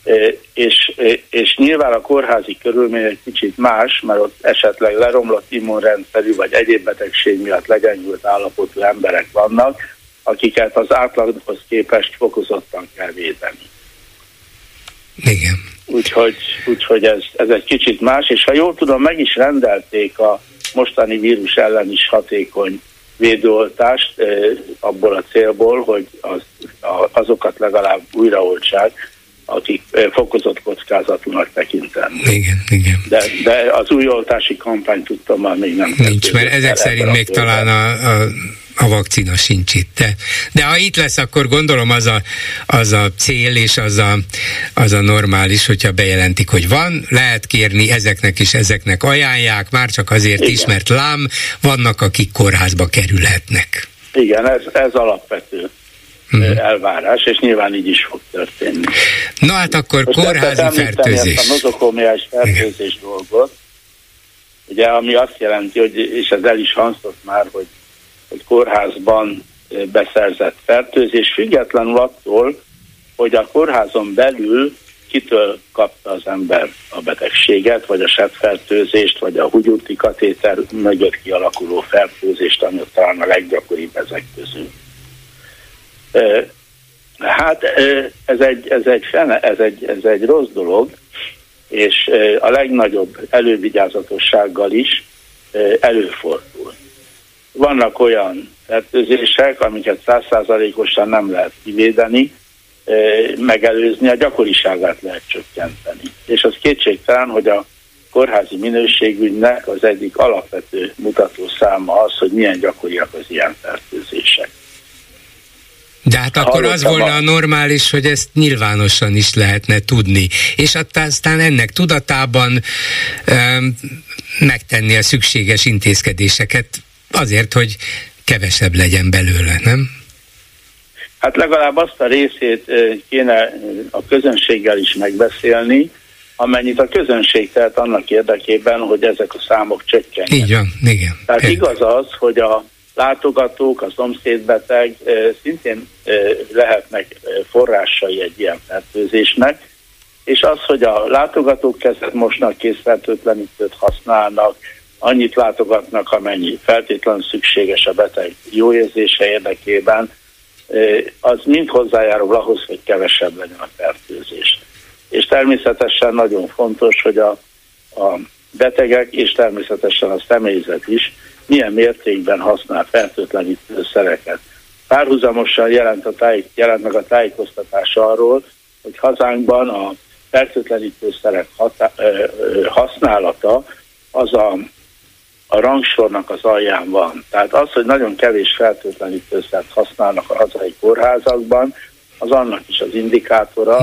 és nyilván a kórházi körülmény egy kicsit más, mert ott esetleg leromlott immunrendszerű vagy egyéb betegség miatt legyengült állapotú emberek vannak, akiket az átlaghoz képest fokozottan kell védeni. Igen. Úgyhogy ez egy kicsit más, és ha jól tudom, meg is rendelték a mostani vírus ellen is hatékony védőoltást abból a célból, hogy azokat legalább újraoltsák, akik fokozott kockázatúnak tekintenek. Igen. De az új oltási kampány tudtam már még nem. Nincs, mert ezek szerint még talán a vakcina sincs itt. De ha itt lesz, akkor gondolom az a cél, és az a normális, hogyha bejelentik, hogy van, lehet kérni, ezeknek is ezeknek ajánlják, már csak azért is, mert lám, vannak, akik kórházba kerülhetnek. Igen, ez alapvető elvárás, és nyilván így is fog történni. Na hát akkor most kórházi fertőzés. Ezt a nozokómiás fertőzés dolgot, ugye, ami azt jelenti, hogy, és ez el is hangzott már, hogy kórházban beszerzett fertőzés, függetlenül attól, hogy a kórházon belül kitől kapta az ember a betegséget, vagy a sebbfertőzést, vagy a húgyúti katéter mögött kialakuló fertőzést, ami talán a leggyakoribb ezek közül. Hát ez egy rossz dolog, és a legnagyobb elővigyázatossággal is előfordul. Vannak olyan fertőzések, amiket 100%-osan nem lehet kivédeni, megelőzni, a gyakoriságát lehet csökkenteni. És az kétségtelen, hogy a kórházi minőségügynek az egyik alapvető mutatószáma az, hogy milyen gyakoriak az ilyen fertőzések. De hát akkor az volna a normális, hogy ezt nyilvánosan is lehetne tudni, és aztán ennek tudatában megtenni a szükséges intézkedéseket azért, hogy kevesebb legyen belőle, nem? Hát legalább azt a részét kéne a közönséggel is megbeszélni, amennyit a közönség tehet annak érdekében, hogy ezek a számok csökkenjenek. Így van, igen. Tehát igaz az, hogy a látogatók, a szomszédbeteg szintén lehetnek forrásai egy ilyen fertőzésnek, és az, hogy a látogatók kezet mosnak, készfertőtlenítőt használnak, annyit látogatnak, amennyi feltétlenül szükséges a beteg jó érzése érdekében, az mind hozzájárul ahhoz, hogy kevesebb legyen a fertőzés. És természetesen nagyon fontos, hogy a betegek és természetesen a személyzet is milyen mértékben használ fertőtlenítőszereket. Párhuzamosan jelent meg a tájékoztatás arról, hogy hazánkban a fertőtlenítőszerek használata az a rangsornak az alján van. Tehát az, hogy nagyon kevés fertőtlenítőszert használnak a hazai kórházakban, az annak is az indikátora,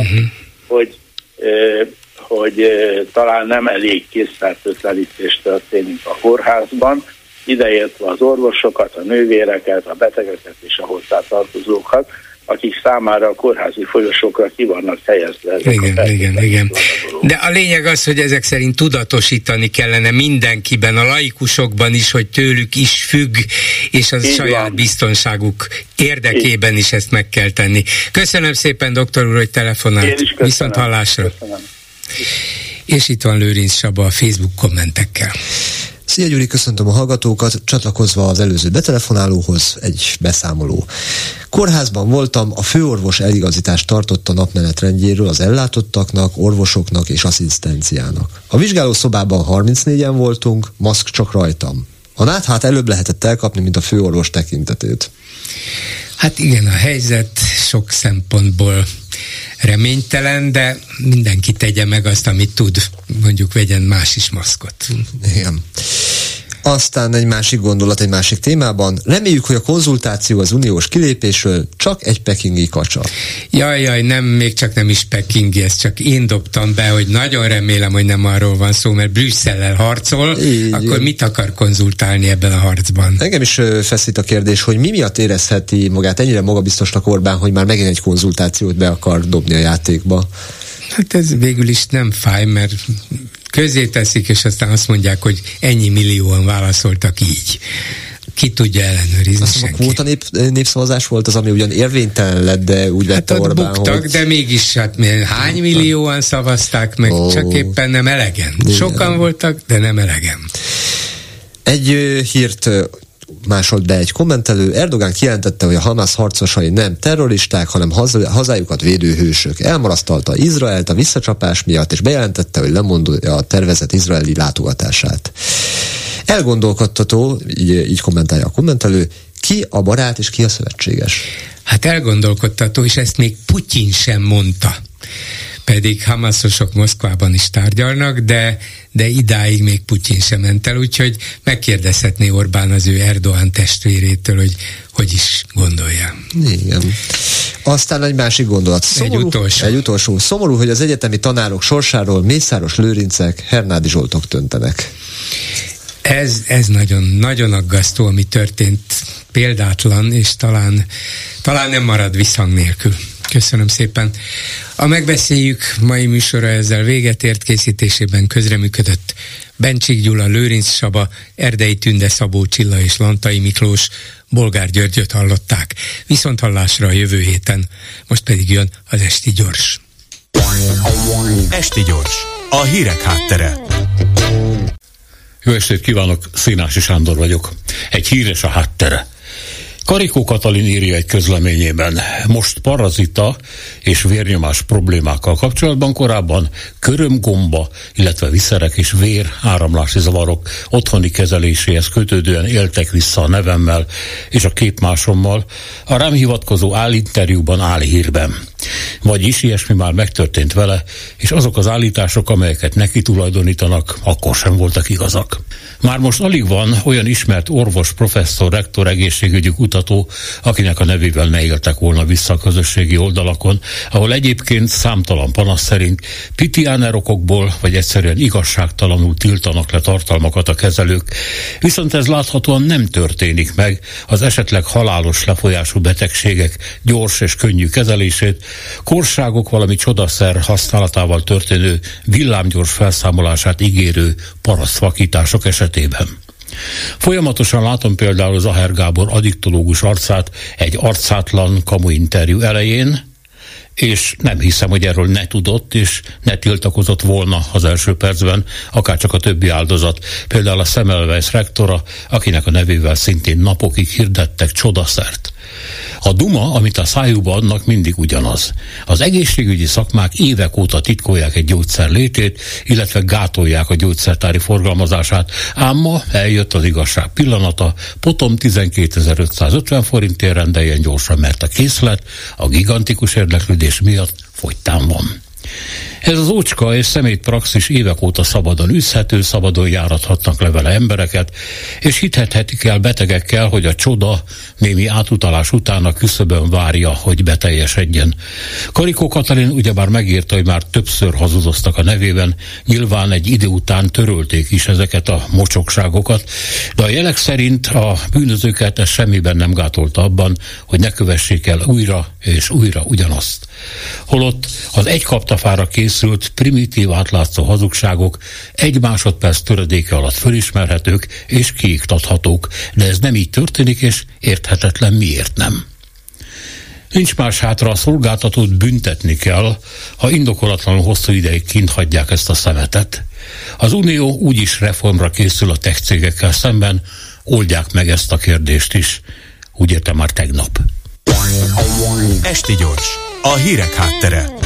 hogy talán nem elég készfertőtlenítés történik a kórházban, ideértve az orvosokat, a nővéreket, a betegeket és a hozzátartozókat, akik számára a kórházi folyosókra ki vannak helyezve. Igen. De a lényeg az, hogy ezek szerint tudatosítani kellene mindenkiben, a laikusokban is, hogy tőlük is függ, és a saját biztonságuk érdekében is ezt meg kell tenni. Köszönöm szépen, doktor úr, hogy telefonált. Viszont hallásra. Köszönöm. És itt van Lőrinc Saba a Facebook kommentekkel. Szia Gyuri, köszöntöm a hallgatókat, csatlakozva az előző betelefonálóhoz egy beszámoló. Kórházban voltam, a főorvos eligazítást tartott a napmenetrendjéről az ellátottaknak, orvosoknak és asszisztenciának. A vizsgálószobában 34-en voltunk, maszk csak rajtam. A náthát előbb lehetett elkapni, mint a főorvos tekintetét. Hát igen, a helyzet sok szempontból reménytelen, de mindenki tegye meg azt, amit tud. Mondjuk vegyen más is maszkot. Igen. Aztán egy másik gondolat egy másik témában. Reméljük, hogy a konzultáció az uniós kilépésről csak egy pekingi kacsa. Jaj, nem, még csak nem is pekingi, ezt csak én dobtam be, hogy nagyon remélem, hogy nem arról van szó, mert Brüsszellel harcol, akkor mit akar konzultálni ebben a harcban? Engem is feszít a kérdés, hogy mi miatt érezheti magát ennyire magabiztosnak Orbán, hogy már megint egy konzultációt be akar dobni a játékba. Hát ez végül is nem fáj, mert közé teszik, és aztán azt mondják, hogy ennyi millióan válaszoltak így. Ki tudja ellenőrizni? Azt mondom, a kvóta népszavazás volt az, ami ugyan érvénytelen lett, de úgy vette Orbán, buktak, hogy... de mégis hány millióan szavazták meg, csak éppen nem elegen. Sokan voltak, de nem elegen. Egy hírt másolt be egy kommentelő. Erdogan kijelentette, hogy a Hamász harcosai nem terroristák, hanem hazájukat védő hősök. Elmarasztalta Izraelt a visszacsapás miatt, és bejelentette, hogy lemondja a tervezett izraeli látogatását. Elgondolkodtató, így kommentálja a kommentelő, ki a barát és ki a szövetséges? Hát elgondolkodtató, és ezt még Putyin sem mondta. Pedig Hamaszosok Moszkvában is tárgyalnak, de idáig még Putyin sem ment el, úgyhogy megkérdezhetné Orbán az ő Erdoğan testvérétől, hogy is gondolja. Igen. Aztán egy másik gondolat. Egy utolsó. Szomorú, hogy az egyetemi tanárok sorsáról Mészáros Lőrincek, Hernádi Zsoltok döntenek. Ez nagyon, nagyon aggasztó, ami történt, példátlan, és talán nem marad visszhang nélkül. Köszönöm szépen. A Megbeszéljük mai műsora ezzel véget ért, készítésében közreműködött Bencsik Gyula, Lőrinc Saba, Erdei Tünde, Szabó Csilla és Lantai Miklós. Bolgár Györgyöt hallották. Viszonthallásra a jövő héten. Most pedig jön az Esti Gyors. Esti Gyors, a hírek háttere. Jó estét kívánok, Szénási Sándor vagyok. Egy híres a háttere. Karikó Katalin írja egy közleményében, most parazita és vérnyomás problémákkal kapcsolatban korábban körömgomba, illetve viszerek és vér áramlási zavarok otthoni kezeléséhez kötődően éltek vissza a nevemmel és a képmásommal a rám hivatkozó állinterjúban álhírben. Vagyis ilyesmi már megtörtént vele, és azok az állítások, amelyeket neki tulajdonítanak, akkor sem voltak igazak. Már most alig van olyan ismert orvos, professzor, rektor, egészségügyi kutató, akinek a nevével ne éltek volna vissza a közösségi oldalakon, ahol egyébként számtalan panasz szerint pitiáner okokból, vagy egyszerűen igazságtalanul tiltanak le tartalmakat a kezelők, viszont ez láthatóan nem történik meg, az esetleg halálos lefolyású betegségek gyors és könnyű kezelését, korságok valami csodaszer használatával történő villámgyors felszámolását ígérő parasztvakítások esetében. Folyamatosan látom például Zahár Gábor addiktológus arcát egy arcátlan kamu interjú elején, és nem hiszem, hogy erről ne tudott, és ne tiltakozott volna az első percben, akárcsak a többi áldozat, például a Semmelweis rektora, akinek a nevével szintén napokig hirdettek csodaszert. A duma, amit a szájukba adnak, mindig ugyanaz. Az egészségügyi szakmák évek óta titkolják egy gyógyszer létét, illetve gátolják a gyógyszertári forgalmazását, ám ma eljött az igazság pillanata, potom 12.550 forintért rendeljen gyorsan, mert a készlet a gigantikus érdeklődés miatt fogytán van. Ez az ócska és szemétpraxis évek óta szabadon üzhető, szabadon járathatnak le vele embereket, és hithethetik el betegekkel, hogy a csoda némi átutalás után a küszöbön várja, hogy beteljesedjen. Karikó Katalin ugyebár megírta, hogy már többször hazudoztak a nevében, nyilván egy idő után törölték is ezeket a mocsokságokat, de a jelek szerint a bűnözőket ez semmiben nem gátolta abban, hogy ne kövessék el újra és újra ugyanazt. Holott az egy kaptafára készült, primitív átlátszó hazugságok egy másodperc töredéke alatt fölismerhetők és kiiktathatók, de ez nem így történik, és érthetetlen miért nem. Nincs más hátra, a szolgáltatót büntetni kell, ha indokolatlanul hosszú ideig kint hagyják ezt a szemetet. Az Unió úgyis reformra készül a tech cégekkel szemben, oldják meg ezt a kérdést is. Úgy értem már tegnap. Esti Gyors, a hírek háttere.